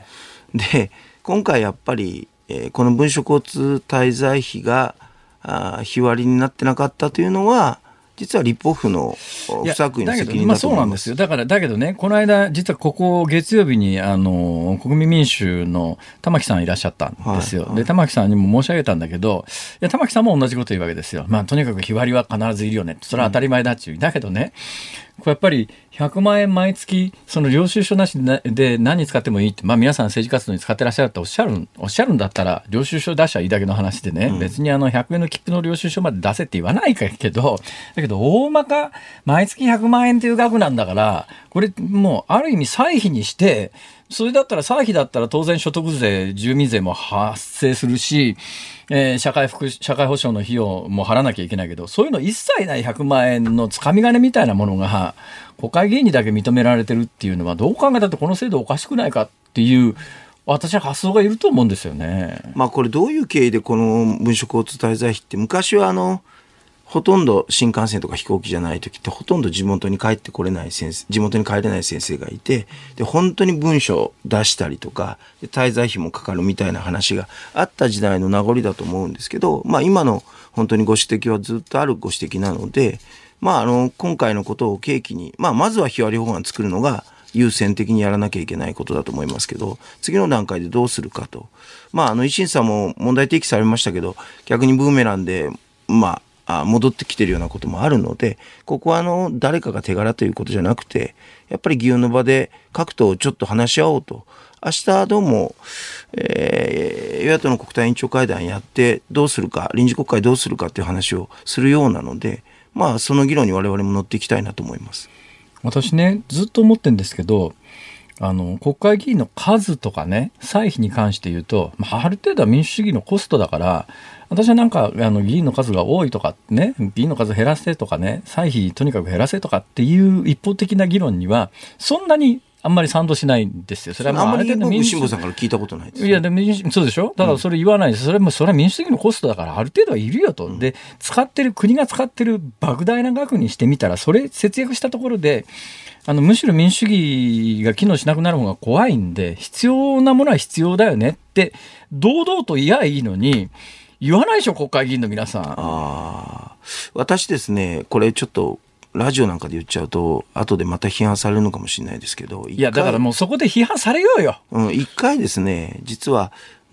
S4: で今回やっぱり、えー、この文書交通滞在費があ日割りになってなかったというのは実は立法府の不作為の責任だと思います。
S3: そうなんですよ。だからだけどね、この間実はここ月曜日にあの国民民主の玉木さんいらっしゃったんですよ、はいはい、で玉木さんにも申し上げたんだけど、いや玉木さんも同じこと言うわけですよ。まあとにかく日割りは必ずいるよね、それは当たり前だっちゅう、うん、だけどね、これやっぱりひゃくまんえん毎月その領収書なしで何に使ってもいいって、まあ、皆さん政治活動に使ってらっしゃるっておっしゃるおっしゃるんだったら領収書出しゃいいだけの話でね、うん、別にあのひゃくえんの切符の領収書まで出せって言わないけど、だけど大まか毎月ひゃくまんえんという額なんだから、これもうある意味歳費にして、それだったら歳費だったら当然所得税住民税も発生するし、えー、社会福社会保障の費用も払わなきゃいけないけど、そういうの一切ないひゃくまんえんのつかみ金みたいなものが国会議員にだけ認められてるっていうのはどう考えたってこの制度おかしくないかっていう私は発想がいると思うんですよね。
S4: まあこれどういう経緯でこの文書交通滞在費って、昔はあのほとんど新幹線とか飛行機じゃない時ってほとんど地元に帰ってこれない先生、地元に帰れない先生がいて、で本当に文書を出したりとかで滞在費もかかるみたいな話があった時代の名残だと思うんですけど、まあ今の本当にご指摘はずっとあるご指摘なので、まああの今回のことを契機に、まあまずは日割り法案作るのが優先的にやらなきゃいけないことだと思いますけど、次の段階でどうするかと。まああの維新さんも問題提起されましたけど、逆にブーメランでまああ戻ってきてるようなこともあるので、ここはあの誰かが手柄ということじゃなくて、やっぱり議運の場で各党ちょっと話し合おうと。明日どうも、えー、与野党の国対委員長会談やってどうするか、臨時国会どうするかっていう話をするようなので、まあその議論に我々も乗っていきたいなと思います。
S3: 私ね、ずっと思ってるんですけど、あの国会議員の数とかね、歳費に関して言うと、まあ、ある程度は民主主義のコストだから、私はなんかあの議員の数が多いとかね、議員の数減らせとかね、歳費とにかく減らせとかっていう一方的な議論にはそんなにあんまり賛同しないんですよ。それは
S4: あんまり僕辛坊さんから聞いたことないです、ね。
S3: いやでもそうでしょ。だからそれ言わないです。それもそれは民主主義のコストだからある程度はいるよと。うん、で使ってる国が使ってる莫大な額にしてみたら、それ節約したところで。あのむしろ民主主義が機能しなくなる方が怖いんで、必要なものは必要だよねって堂々と言えばいいのに言わないでしょ、国会議員の皆さん。
S4: あ、私ですね、これちょっとラジオなんかで言っちゃうと後でまた批判されるのかもしれないですけど、
S3: いやだからもうそこで批判されようよ。
S4: うん、一回ですね、実は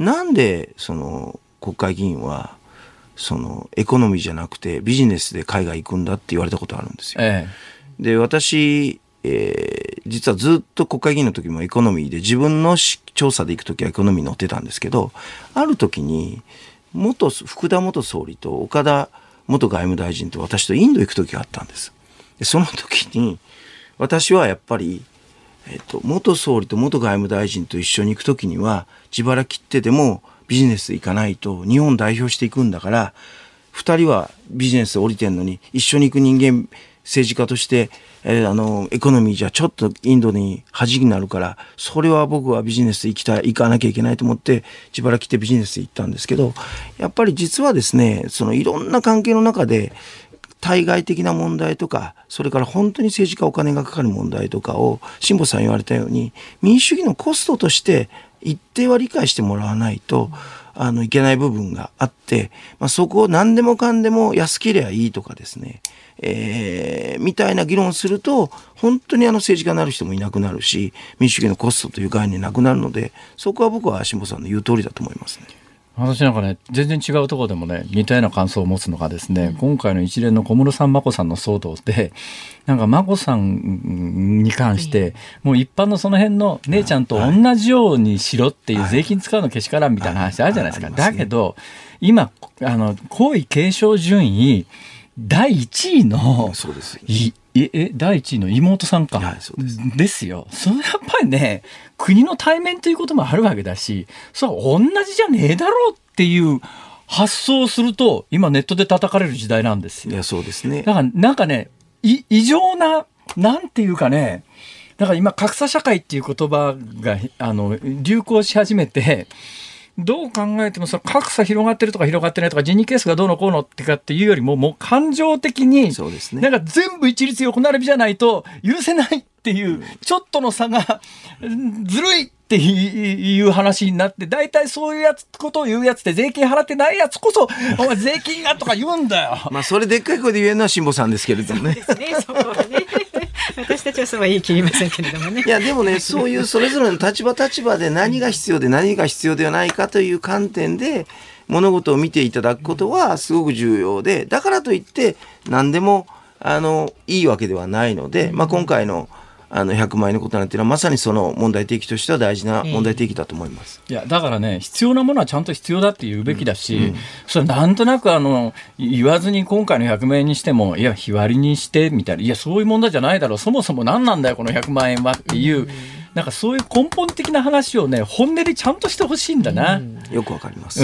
S4: なんでその国会議員はそのエコノミーじゃなくてビジネスで海外行くんだって言われたことあるんですよ。ええ、で私、えー、実はずっと国会議員の時もエコノミーで自分の調査で行く時はエコノミー乗ってたんですけど、ある時に元福田元総理と岡田元外務大臣と私とインド行く時があったんです。でその時に私はやっぱり、えっと、元総理と元外務大臣と一緒に行く時には自腹切ってでもビジネスで行かないと日本代表していくんだから、二人はビジネスで降りてんのに一緒に行く人間政治家として、えー、あのエコノミーじゃちょっとインドに恥になるから、それは僕はビジネスで行きたい行かなきゃいけないと思って自腹切ってビジネスで行ったんですけど、やっぱり実はですね、そのいろんな関係の中で対外的な問題とか、それから本当に政治家お金がかかる問題とかを辛坊さん言われたように民主主義のコストとして一定は理解してもらわないと、あのいけない部分があって、まあ、そこを何でもかんでも安ければいいとかですね、えー、みたいな議論をすると本当にあの政治家になる人もいなくなるし、民主主義のコストという概念なくなるので、そこは僕は辛坊さんの言う通りだと思いますね。
S3: 私なんかね、全然違うところでもね、似たような感想を持つのがですね、うん、今回の一連の小室さん眞子さんの騒動で、なんか眞子さんに関して、うん、もう一般のその辺の姉ちゃんと同じようにしろっていう税金使うのけしからんみたいな話あるじゃないですか。だけど今あの皇位継承順位だいいちいの、そうですいえだいいちいの妹さんか、はい、そうです、ですよ。それやっぱりね、国の対面ということもあるわけだし、それは同じじゃねえだろうっていう発想をすると今ネットで叩かれる時代なんですよ。
S4: いやそうですね。
S3: だからなんかね、い異常ななんていうかね、だから今格差社会っていう言葉があの流行し始めて、どう考えてもその格差広がってるとか広がってないとか、ジニーケースがどうのこうのってかっていうよりも、もう感情的に
S4: そうですね、
S3: なんか全部一律横並びじゃないと許せないっていうちょっとの差がずるいっていう話になって、大体そういうやつことを言うやつって税金払ってないやつこそお前税金がとか言うんだよ。
S4: まあそれでっかい声で言えるのは辛坊さんですけれどもね。
S2: そうですね、そこはね私たちはそうは言い切りませんけれどもね。
S4: いやでもね、そういうそれぞれの立場立場で何が必要で何が必要ではないかという観点で物事を見ていただくことはすごく重要で、だからといって何でもあのいいわけではないので、まあ、今回のあのひゃくまん円のことなんていうのはまさにその問題提起としては大事な問題提起だと思います。
S3: いやだからね、必要なものはちゃんと必要だって言うべきだし、うんうん、それなんとなくあの言わずに今回のひゃくまん円にしても、いや日割りにしてみたいな、いやそういう問題じゃないだろう、そもそも何なんだよこのひゃくまん円はっていう、うん、なんかそういう根本的な話をね、本音でちゃんとしてほしいんだな、うん、
S4: よくわかります、
S3: うん、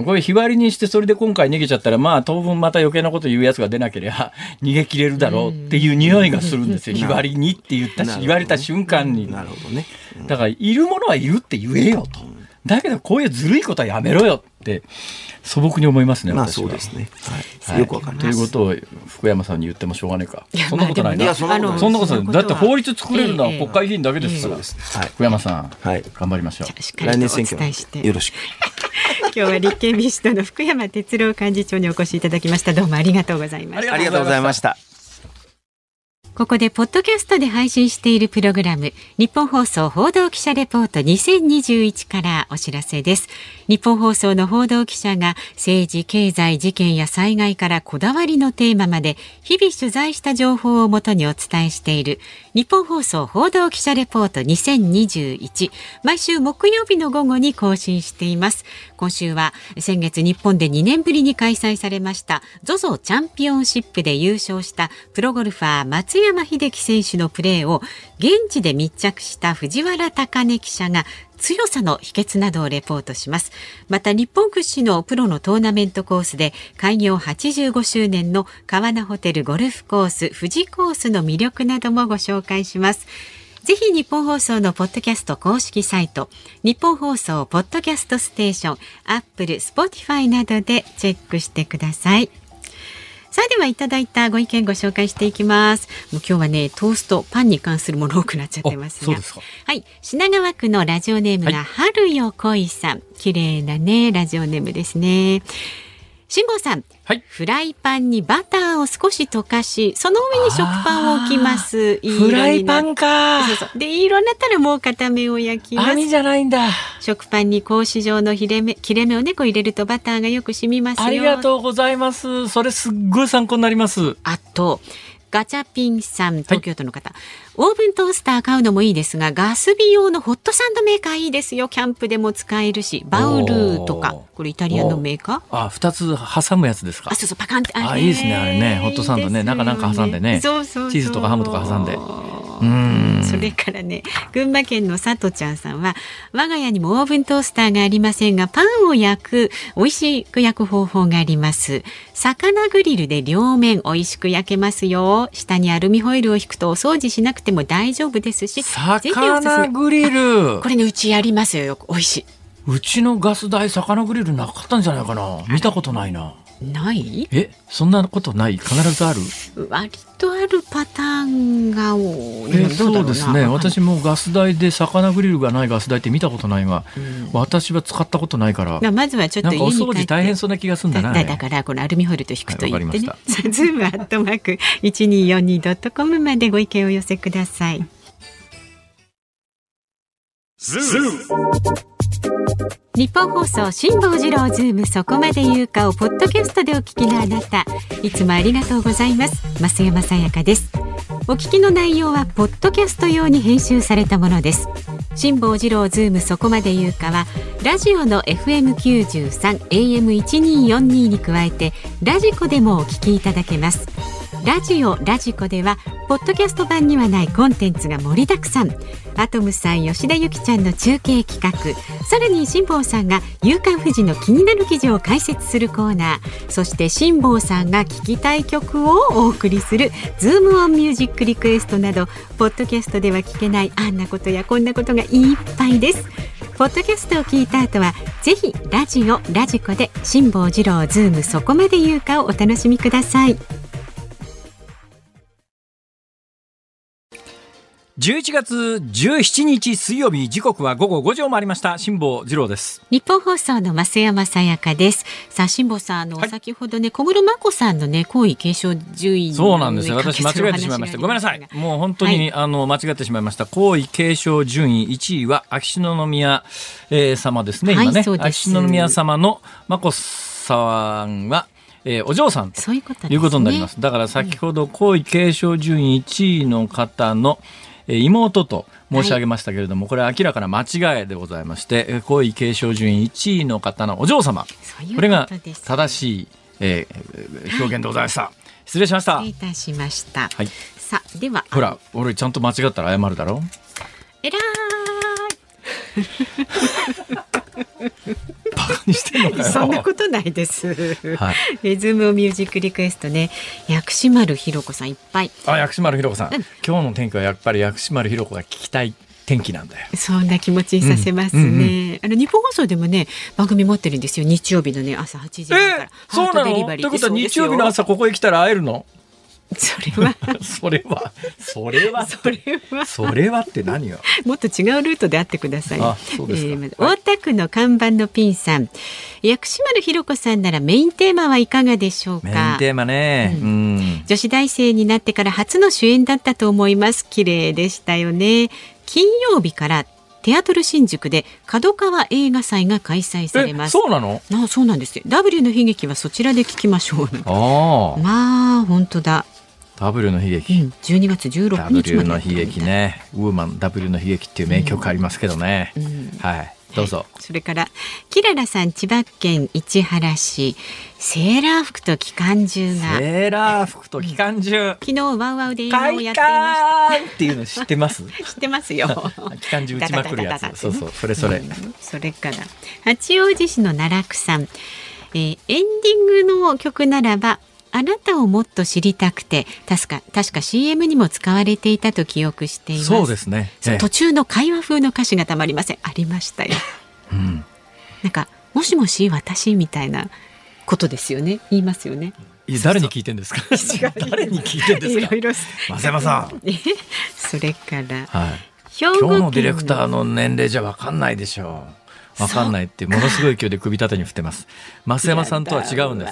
S3: これ日割りにしてそれで今回逃げちゃったら、まあ当分また余計なこと言うやつが出なければ逃げ切れるだろうっていう匂いがするんですよ、日割りにって言ったし、言われた瞬間に。
S4: なるほどね、
S3: うん、だからいるものはいるって言えよと、うん、だけどこういうずるいことはやめろよって素朴に思いますね。
S4: まあそうですね、はいはい、よくわかります。
S3: ということを福山さんに言ってもしょうがないか。そんなことないな。
S4: いやそんなことない。
S3: そんなことない。だって法律作れるのは国会議員だけですから。
S4: えーえーはい、
S3: 福山さん、
S4: はい、
S3: 頑張りましょう。
S4: 来年選挙よろしく。
S2: 今日は立憲民主党の福山哲郎幹事長にお越しいただきました。どうもありがとうございました。
S4: ありがとうございました。
S2: ここでポッドキャストで配信しているプログラム、日本放送報道記者レポートにせんにじゅういちからお知らせです。日本放送の報道記者が政治、経済、事件や災害からこだわりのテーマまで日々取材した情報をもとにお伝えしている日本放送報道記者レポートにせんにじゅういち、毎週木曜日の午後に更新しています。今週は先月日本でにねんぶりに開催されました ゾゾ チャンピオンシップで優勝したプロゴルファー松山英樹選手のプレーを現地で密着した藤原貴根記者が強さの秘訣などをレポートします。また日本屈指のプロのトーナメントコースで開業はちじゅうごしゅうねんの川名ホテルゴルフコース富士コースの魅力などもご紹介します。ぜひ日本放送のポッドキャスト公式サイト、日本放送ポッドキャストステーション、アップル、スポティファイなどでチェックしてください。さあではいただいたご意見ご紹介していきます。もう今日はね、トーストパンに関するもの多くなっちゃってますが、
S3: そうですか。
S2: はい、品川区のラジオネームが春よ恋さん、綺麗なねラジオネームですね。 辛坊さん、
S1: はい、
S2: フライパンにバターを少し溶かし、その上に食パンを置きます。いい色にな
S1: フライパンか。
S2: そうそうでいい色になったらもう片面を焼きます。
S1: 網じゃないんだ。
S2: 食パンに格子状の切れ目、切れ目をねこう入れるとバターがよく染みますよ。
S1: ありがとうございます。それすっごい参考になります。
S2: あとガチャピンさん、東京都の方、はい、オーブントースター買うのもいいですが、ガス火用のホットサンドメーカーいいですよ。キャンプでも使えるし。バウルーとか、これイタリアのメーカー。
S1: あ、二つ挟むやつですか。
S2: あ、そうそう、パカンって。
S1: あ、いいですね、あれね。ホットサンドね、中なんか挟んでね。
S2: そうそうそう、
S1: チーズとかハムとか挟んで。
S2: うん、それからね、群馬県のさとちゃんさんは、我が家にもオーブントースターがありませんが、パンを焼く美味しく焼く方法があります。魚グリルで両面美味しく焼けますよ。下にアルミホイルを引くとお掃除しなくても大丈夫ですし、
S1: 魚グリル、
S2: これね、うちやりますよ。よく美味しい。
S1: うちのガス台魚グリルなかったんじゃないかな。見たことないな。
S2: ない？
S1: え、そんなことない？必ずある？
S2: 割とあるパターンが多い。
S1: え、そうですね。私もガス台で魚グリルがないガス台って見たことないが、うん、私は使ったことないから。
S2: まずはちょっと家に帰って、
S1: なんかお掃除大変そうな気がするんだな。
S2: だ, だからこのアルミホイルと引くといいってね。はい、ズームアットマークいちにーよんにードットコム までご意見をお寄せください。ズーム日本放送辛坊治郎ズームそこまで言うかをポッドキャストでお聞きのあなた、いつもありがとうございます。増山さやかです。お聞きの内容はポッドキャスト用に編集されたものです。辛坊治郎ズームそこまで言うかはラジオの エフエムきゅうじゅうさん エーエムいちにーよんにー に加えてラジコでもお聞きいただけます。ラジオラジコではポッドキャスト版にはないコンテンツが盛りだくさん。アトムさん、吉田ゆきちゃんの中継企画、さらに辛坊さんが夕刊フジの気になる記事を解説するコーナー、そして辛坊さんが聴きたい曲をお送りするズームオンミュージックリクエストなど、ポッドキャストでは聞けないあんなことやこんなことがいっぱいです。ポッドキャストを聞いた後はぜひラジオラジコで辛坊治郎ズームそこまで言うかをお楽しみください。
S1: じゅういちがつじゅうしちにち水曜日、時刻はごごごじを回りました。辛坊治郎です。
S2: 日本放送の増山さやかです。さあ辛坊さん、あの、はい、先ほどね小室眞子さんのね皇位継承順位、ね、
S1: そうなんですよ。私間違えてしまいました。ごめんなさい。もう本当に、はい、あの間違ってしまいました。皇位継承順位いちいは秋篠宮、えー、様ですね。今ね、はい、秋篠宮様の眞子さんはえー、お嬢さんということになります。だから先ほど皇位継承順位いちいの方の妹と申し上げましたけれども、はい、これは明らかな間違いでございまして、皇位継承順位いちいの方のお嬢様、ううこれが正しい、えー、表現でございました、はい、失礼しました。
S2: 失礼いたしました、
S1: はい、
S2: さあでは
S1: ほら俺ちゃんと間違ったら謝るだろ。
S2: えらーい
S1: バカにしてんのかよ。
S2: そんなことないです、
S1: はい、
S2: ズームミュージックリクエストね、薬師丸ひろ子さんいっぱい。
S1: あ、薬師丸ひろ子さん、うん、今日の天気はやっぱり薬師丸ひろ子が聞きたい天気なんだよ。
S2: そんな気持ちにさせますね、うんうんうん、あの日本放送でもね番組持ってるんですよ。日曜日のね朝はちじから、えー、
S1: そうなの？ということは日曜日の朝ここへ来たら会えるの？
S2: それは
S1: それはそれは
S2: それは
S1: それはって何よ。
S2: もっと違うルートで会ってください。
S1: あ、そうですか。えーまず
S2: 大田区の看板のピンさん、薬師丸ひろ子さんならメインテーマはいかがでしょうか。
S1: メインテーマね、うんうん、
S2: 女子大生になってから初の主演だったと思います。綺麗でしたよね。金曜日からテアトル新宿で角川映画祭が開催されます。
S1: そうなの？
S2: あ、そうなんですよ。 W の悲劇はそちらで聞きましょう。
S1: あ
S2: まあ本当だ。
S1: W の悲劇、うん、
S2: じゅうにがつじゅうろくにちまで
S1: W の悲劇ね。ウーマン W の悲劇っていう名曲ありますけどね、うんうん、はいどうぞ。
S2: それからキララさん、千葉県市原市、セーラー服と機関銃が
S1: セーラー服と機関銃、うん、
S2: 昨日ワウワウで映画をやっていました
S1: っていうの知ってます
S2: 知ってますよ
S1: 機関銃撃ちまくるやつそうそうそれそれ、うん、
S2: それから八王子市の奈落さん、えー、エンディングの曲ならばあなたをもっと知りたくて、確か確か シーエム にも使われていたと記憶しています。
S1: そうですね、ええ、
S2: 途中の会話風の歌詞がたまりません。ありましたよ、うん、なんかもしもし私みたいなことですよね。言いますよね。
S1: いや誰に聞いてんですか誰に聞いてんですか。いろいろ増山さん
S2: それから、
S1: はい、今日のディレクターの年齢じゃ分かんないでしょう。 わかんないってものすごい勢いで首縦に振ってます。増山さんとは違うんです。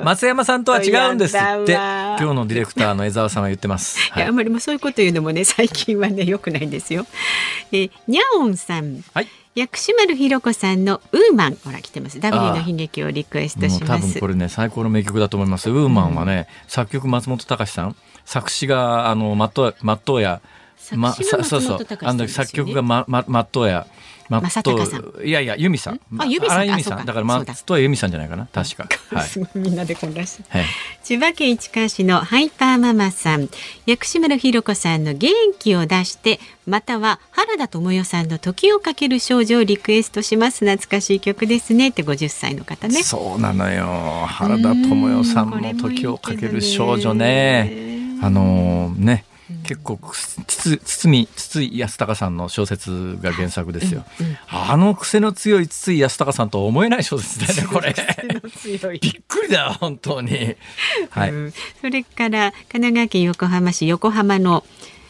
S1: 増山さんとは違うんですって今日のディレクターの江澤さんは言ってます。
S2: はい、いやあんまりもそういうこと言うのもね最近はね良くないんですよ。えにゃおんさん、はい、薬師丸ひろ子さんのウーマンほら来てます。 ダブリュー の悲劇をリクエストします。
S1: 多分これね最高の名曲だと思います。ウーマンはね、うん、作曲松本隆さん、作詞があの松任谷ま、そうそうあの作曲がまま松任谷
S2: 正隆さん、
S1: いやいや由美さん、
S2: あ由美さん、
S1: 由美さんだから松任谷由美さんじゃないかな確か、
S2: はい、すごいみんなで混乱して、
S1: はい、
S2: 千葉県市川市のハイパーママさん、薬師丸ひろ子さんの元気を出してまたは原田知世さんの時をかける少女をリクエストします。懐かしい曲ですねってごじゅっさいの方ね。
S1: そうなのよ、原田知世さんの時をかける少女ね、あのー、ね結構つ堤筒井康隆さんの小説が原作ですよ、うんうん、あの癖の強い筒井康隆さんとは思えない小説だよねこれびっくりだよ本当に、はい、うん、
S2: それから神奈川県横浜市横浜の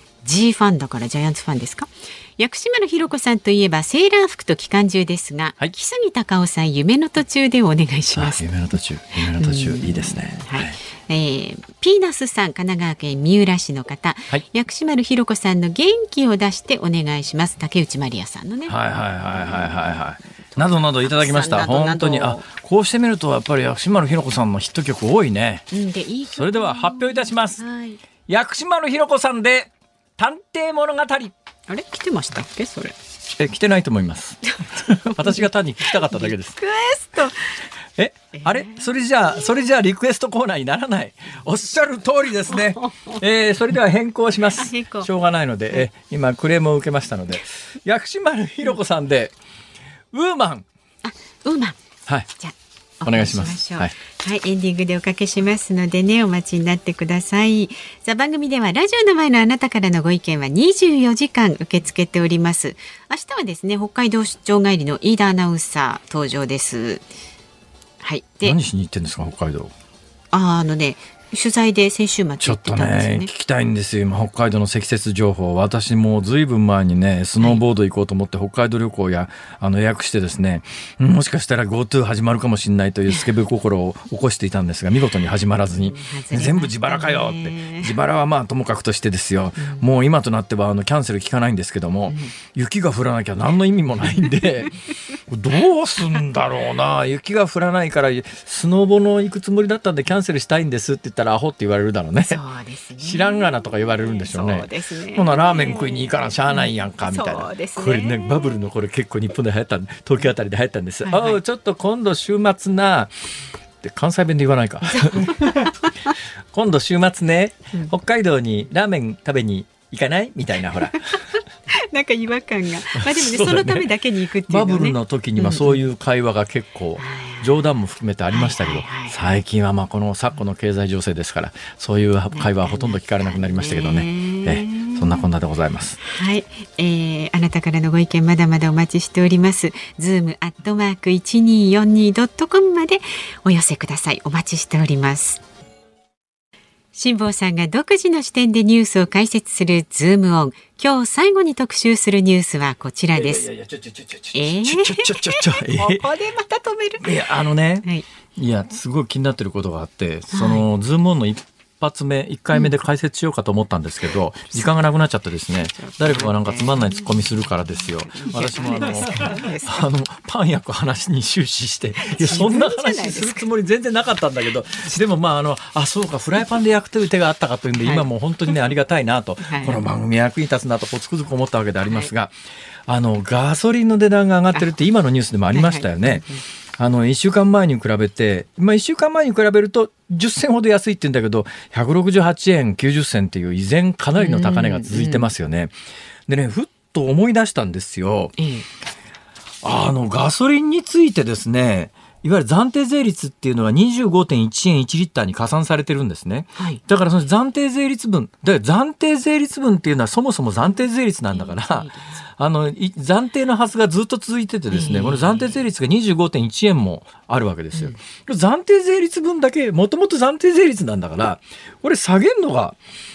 S2: G ファンだからジャイアンツファンですか。薬師丸ひろ子さんといえばセーラー服と機関銃ですが、はい、木杉隆夫さん夢の途中でお願いします。
S1: 夢の途中夢の途中、うん、いいですね、
S2: はい、はい、えー、ピーナスさん神奈川県三浦市の方、はい、薬師丸ひろ子さんの元気を出してお願いします。竹内まりやさんのね、
S1: はいはいはいはいはいはいなどなどいただきました。本当にあこうしてみるとやっぱり薬師丸ひろ子さんのヒット曲多いね、
S2: うん、でいい
S1: それでは発表いたします、
S2: はい、
S1: 薬師丸ひろ子さんで探偵物語。
S2: あれ来てましたっけそれ。
S1: え来てないと思います私が単に聞きたかっただけです。
S2: リクエスト
S1: え、あれそれじゃあそれじゃあリクエストコーナーにならない。おっしゃる通りですね、えー、それでは変更します。しょうがないので、え今クレームを受けましたので薬師丸ひろ子さんでウーマン。
S2: あウーマン、
S1: はい、
S2: じゃあ
S1: お願いします。
S2: はい、はい、エンディングでおかけしますのでねお待ちになってください。さあ番組ではラジオの前のあなたからのご意見はにじゅうよじかん受け付けております。明日はですね北海道出張帰りの飯田アナウンサー登場です。はい、で
S1: 何しに行ってんですか北海道。
S2: ああのね取材で先週末
S1: ちょっとね聞きたいんですよ今北海道の積雪情報。私もずいぶん前にねスノーボード行こうと思って北海道旅行やあの予約してですね、もしかしたら GoTo 始まるかもしれないというスケベ心を起こしていたんですが見事に始まらずに、うん、全部自腹かよって自腹はまあともかくとしてですよ、うん、もう今となってはあのキャンセル効かないんですけども、うん、雪が降らなきゃ何の意味もないんでどうすんだろうな。雪が降らないからスノボの行くつもりだったんでキャンセルしたいんですって言ったらアホって言われるだろうね。
S2: そうですね
S1: 知らんがなとか言われるんでしょうね。
S2: そうですね。
S1: ほなラーメン食いに行かなしゃあないやんかみたいな、
S2: そうですね、
S1: これねバブルのこれ結構日本で流行った東京あたりで流行ったんです、はいはい、おうちょっと今度週末なって関西弁で言わないか今度週末ね、うん、北海道にラーメン食べに行かないみたいなほら
S2: なんか違和感が、まあでもね、そのためだけに行くっていうのね、
S1: バブルの時にはそういう会話が結構冗談も含めてありましたけど、最近はまあこの昨今の経済情勢ですからそういう会話はほとんど聞かれなくなりましたけどね、えそんなこんなでございます。
S2: はい、えー、あなたからのご意見まだまだお待ちしております。ズームアットマーク いちにーよんにードットコム までお寄せください。お待ちしております。辛坊さんが独自の視点でニュースを解説するズームオン。今日最後に特集するニュースはこちらです。ここでまた止める。
S1: いやあのね、はい、いやすごい気になってることがあって、その、はい、ズームオンの一発目いっかいめで解説しようかと思ったんですけど、うん、時間がなくなっちゃってですね、誰かがなんかつまんないツッコミするからですよ。私もあのあのパン焼く話に終始して、いやそんな話するつもり全然なかったんだけど、でもまああのあそうかフライパンで焼くという手があったかというんで、はい、今もう本当にねありがたいなと、はい、この番組役に立つなとこうつくづく思ったわけでありますが、はい、あのガソリンの値段が上がってるって今のニュースでもありましたよね。はいはい、あのいっしゅうかんまえに比べて、まあ、いっしゅうかんまえに比べるとじゅっせんほど安いって言うんだけどひゃくろくじゅうはちえんきゅうじゅっせんっていう依然かなりの高値が続いてますよね。でねふっと思い出したんですよ。あのガソリンについてですね、いわゆる暫定税率っていうのが にじゅうごてんいちえんいちリッターに加算されてるんですね、はい、だからその暫定税率分だから暫定税率分っていうのはそもそも暫定税率なんだから、あの暫定のはずがずっと続いててですね、この暫定税率が にじゅうごてんいちえんもあるわけですよ、うん、暫定税率分だけもともと暫定税率なんだからこれ下げるのが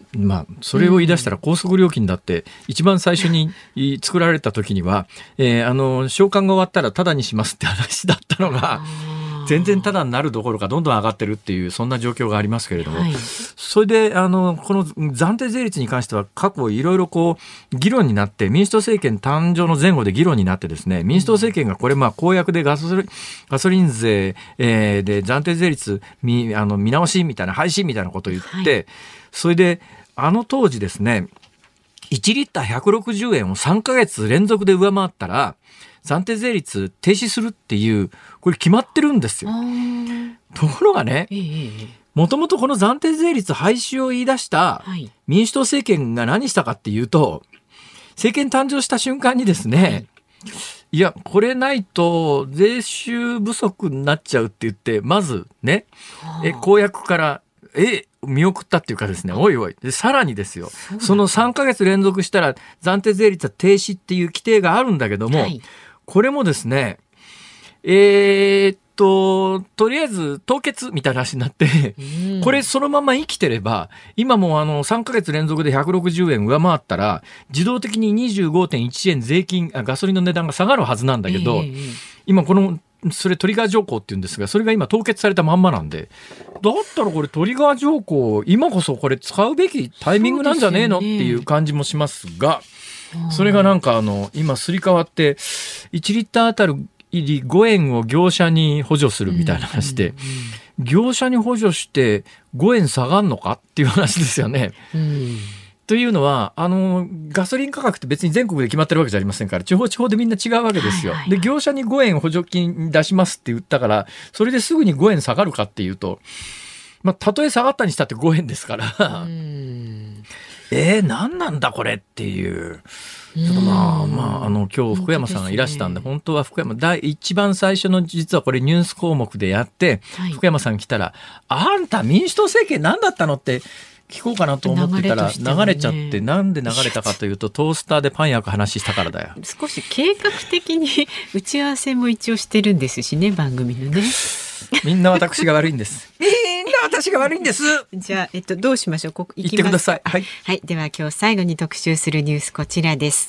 S1: まあ、それを言い出したら高速料金だって一番最初に作られた時には、えー、あの償還が終わったらタダにしますって話だったのが全然タダになるどころかどんどん上がってるっていうそんな状況がありますけれども、はい、それであのこの暫定税率に関しては過去いろいろこう議論になって民主党政権誕生の前後で議論になってですね、民主党政権がこれまあ公約でガソリン、ガソリン税、えー、で暫定税率見、あの見直しみたいな廃止みたいなことを言って、はい、それであの当時ですねいちリッターひゃくろくじゅうえんをさんかげつ連続で上回ったら暫定税率停止するっていうこれ決まってるんですよ。ところがね、もともとこの暫定税率廃止を言い出した民主党政権が何したかっていうと、政権誕生した瞬間にですね、はい、いやこれないと税収不足になっちゃうって言ってまずねえ公約からえ見送ったっていうかですね、おいおいでさらにですよ、そのさんかげつ連続したら暫定税率は停止っていう規定があるんだけども、はい、これもですねえー、っととりあえず凍結みたいな話になってこれそのまま生きてれば今もあのさんかげつ連続でひゃくろくじゅうえん上回ったら自動的に にじゅうごてんいちえん税金ガソリンの値段が下がるはずなんだけど、えー、今このそれトリガー条項って言うんですが、それが今凍結されたまんまなんで、だったらこれトリガー条項今こそこれ使うべきタイミングなんじゃねえのっていう感じもしますが、それがなんかあの今すり替わっていちリッターあたりごえんを業者に補助するみたいな話で、業者に補助してごえん下がんのかっていう話ですよね。うんというのはあのガソリン価格って別に全国で決まってるわけじゃありませんから、地方地方でみんな違うわけですよ。はいはいはい、で業者にごえん補助金出しますって言ったからそれですぐにごえん下がるかっていうと、まあ、たとえ下がったにしたってごえんですからうんえー、何なんだこれっていうちょっとまあまああの今日福山さんがいらしたんで、本当は福山第一番最初の実はこれニュース項目でやって、はい、福山さん来たらあんた民主党政権何だったのって聞こうかなと思ってたら流れちゃって、なんで流れたかというとトースターでパン焼く話したからだよ。
S2: 少し計画的に打ち合わせも一応してるんですしね、番組のね。
S1: みんな私が悪いんですみんな私が悪いんです。
S2: じゃあ、えっと、どうしましょう。ここ
S1: 行ってください。はい、
S2: はい、では今日最後に特集するニュースこちらです。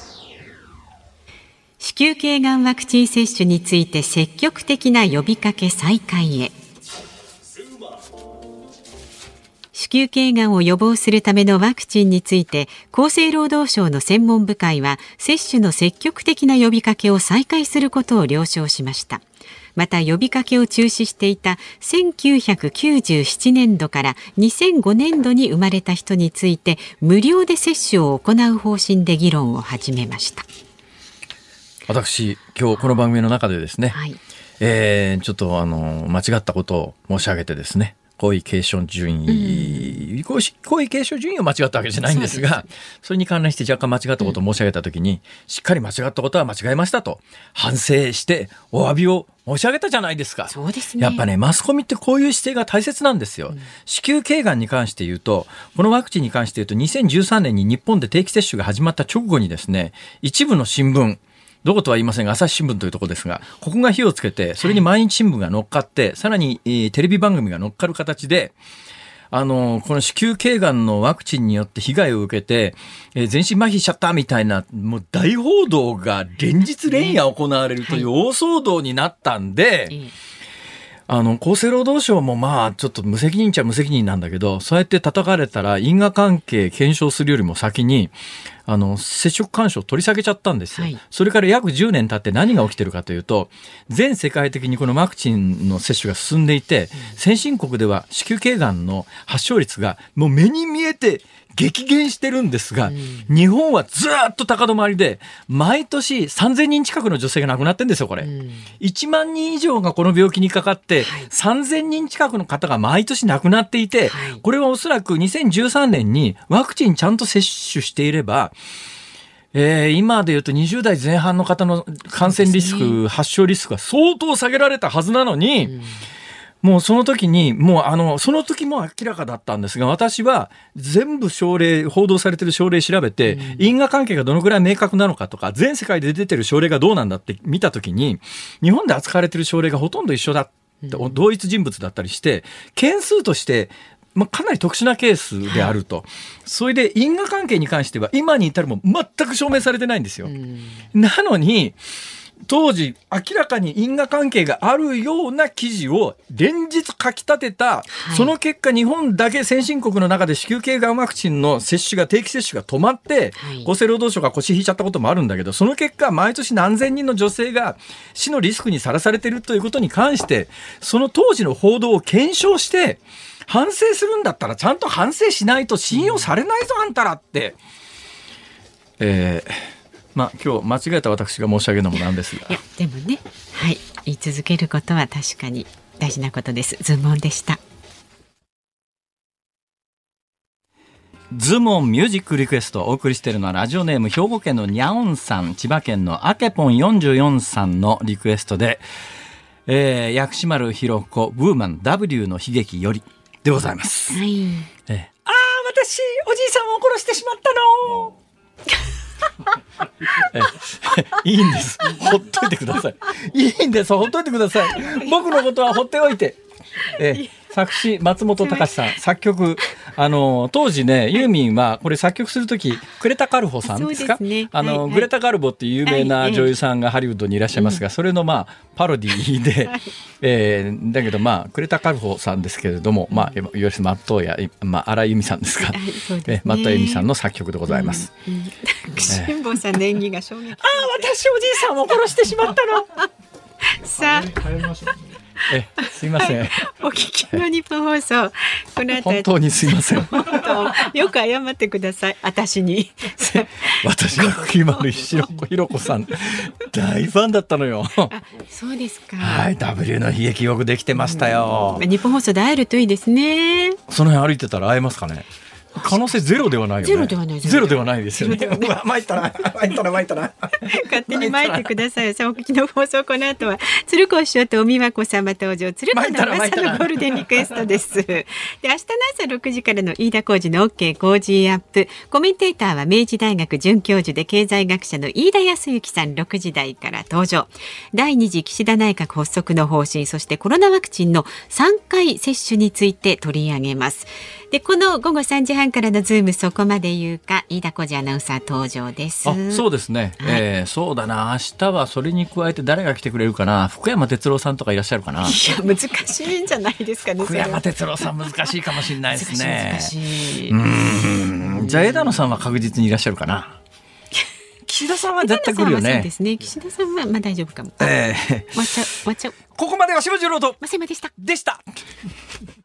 S2: 子宮頸がんワクチン接種について積極的な呼びかけ再開へ。子宮頸がんを予防するためのワクチンについて厚生労働省の専門部会は接種の積極的な呼びかけを再開することを了承しました。また呼びかけを中止していたせんきゅうひゃくきゅうじゅうななねんどからにせんごねんどに生まれた人について無料で接種を行う方針で議論を始めました。
S1: 私今日この番組の中でですね、はいえー、ちょっとあの間違ったことを申し上げてですね、皇位継承順位、うん、皇位継承順位を間違ったわけじゃないんですが、 そ, ですそれに関連して若干間違ったことを申し上げたときに、うん、しっかり間違ったことは間違えましたと反省してお詫びを申し上げたじゃないですか。
S2: そうですね、
S1: やっぱねマスコミってこういう姿勢が大切なんですよ、うん、子宮頸がんに関して言うとこのワクチンに関して言うとにせんじゅうさんねんに日本で定期接種が始まった直後にですね、一部の新聞どことは言いませんが朝日新聞というところですが、ここが火をつけてそれに毎日新聞が乗っかって、はい、さらに、えー、テレビ番組が乗っかる形であのこの子宮頸がんのワクチンによって被害を受けて、えー、全身麻痺しちゃったみたいなもう大報道が連日連夜行われるという大騒動になったんで、はいあの厚生労働省もまあちょっと無責任っちゃ無責任なんだけど、そうやって叩かれたら因果関係検証するよりも先にあの接触干渉を取り下げちゃったんですよ、はい、それから約じゅうねん経って何が起きてるかというと、全世界的にこのワクチンの接種が進んでいて、先進国では子宮頸がんの発症率がもう目に見えて激減してるんですが、うん、日本はずっと高止まりで毎年さんぜんにん近くの女性が亡くなってるんですよこれ、うん、いちまんにん以上がこの病気にかかって、はい、さんぜんにん近くの方が毎年亡くなっていて、はい、これはおそらくにせんじゅうさんねんにワクチンちゃんと接種していれば、えー、今でいうとにじゅうだいぜん半の方の感染リスク、ね、発症リスクが相当下げられたはずなのに、うんもうその時にもうあのその時も明らかだったんですが、私は全部症例報道されてる症例調べて、うん、因果関係がどのくらい明確なのかとか全世界で出てる症例がどうなんだって見た時に、日本で扱われてる症例がほとんど一緒だ、うん、同一人物だったりして件数として
S3: まあ、かなり特殊なケースであると、はい、それで因果関係に関しては今に至るも全く証明されてないんですよ。なのに当時明らかに因果関係があるような記事を連日書き立てた、はい、その結果日本だけ先進国の中で子宮頸がんワクチンの接種が定期接種が止まって、はい、厚生労働省が腰引いちゃったこともあるんだけど、その結果毎年何千人の女性が死のリスクにさらされているということに関してその当時の報道を検証して反省するんだったらちゃんと反省しないと信用されないぞあんたらって、えーまあ、今日間違えた私が申し上げるのもなんですが、
S2: いやでもね、はい、言い続けることは確かに大事なことです。ズームオンでした。
S3: ズームオンミュージックリクエストをお送りしているのはラジオネーム兵庫県のにゃおんさん、千葉県のあけぽんよんじゅうよんさんのリクエストで、えー、薬師丸ひろ子ウーマン ダブリュー の悲劇よりでございます、はい。えー、あー私おじいさんを殺してしまったのいいんです、ほっといてください。いいんです、ほっといてください。僕のことは放っておいて。え作詞松本隆さん、作曲あの当時ねユーミンはこれ作曲するときクレタ・カルボさんですか、ね、あの、はいはい、グレタ・カルボっていう有名な女優さんがハリウッドにいらっしゃいますが、はい、それのまあパロディで、はい、えー、だけどまあクレタ・カルボさんですけれども、まあ、いわゆるマットや、まあ、荒井由実さんですか、はいそうですね、マット由美さんの作曲でございます。
S2: うんうん、辛坊さんの演技が衝撃。ああ
S3: 私おじいさんを殺してしまったの
S2: さあ
S3: えすいません
S2: お聞きの日本放送この後
S3: 本当にすいません
S2: 本当よく謝ってください私に
S3: 私が栗丸ひろ子さん大ファンだったのよ。
S2: あそうですか。
S3: はい ダブリュー の悲劇よくできてましたよ、
S2: うん、日本放送で会えるといいですね。
S3: その辺歩いてたら会えますかね。可能性ゼロではないよね。
S2: ゼロではない。
S3: ゼロではないですよね。参ったな、参ったな、参ったな。
S2: 勝手に参ってください。さあ、お聞きの放送、この後は鶴子師匠とお美和子様登場。鶴子の朝のゴールデンリクエストです。で、明日の朝ろくじからの飯田浩司の OK 工事アップ。コメンテーターは明治大学准教授で経済学者の飯田康之さん、ろくじ台から登場。だいに次岸田内閣発足の方針、そしてコロナワクチンのさんかい接種について取り上げます。でこの午後さんじはんからのズームそこまで言うか飯田浩司アナウンサー登場です。
S3: あそうですね、はい、えー、そうだな明日はそれに加えて誰が来てくれるかな。福山哲郎さんとかいらっしゃるかな。い
S2: や難しいんじゃないですかね。
S3: 福山哲郎さん難しいかもしれないですね。
S2: 難しい。
S3: うんじゃあ枝野さんは確実にいらっしゃるかな。岸田さんは絶対来るよね。
S2: そうですね。岸田さんはまあ大丈夫かも。
S3: えー、
S2: 終わっちゃう終わっちゃう。
S3: ここまでは下次郎と
S2: 増山でした
S3: でした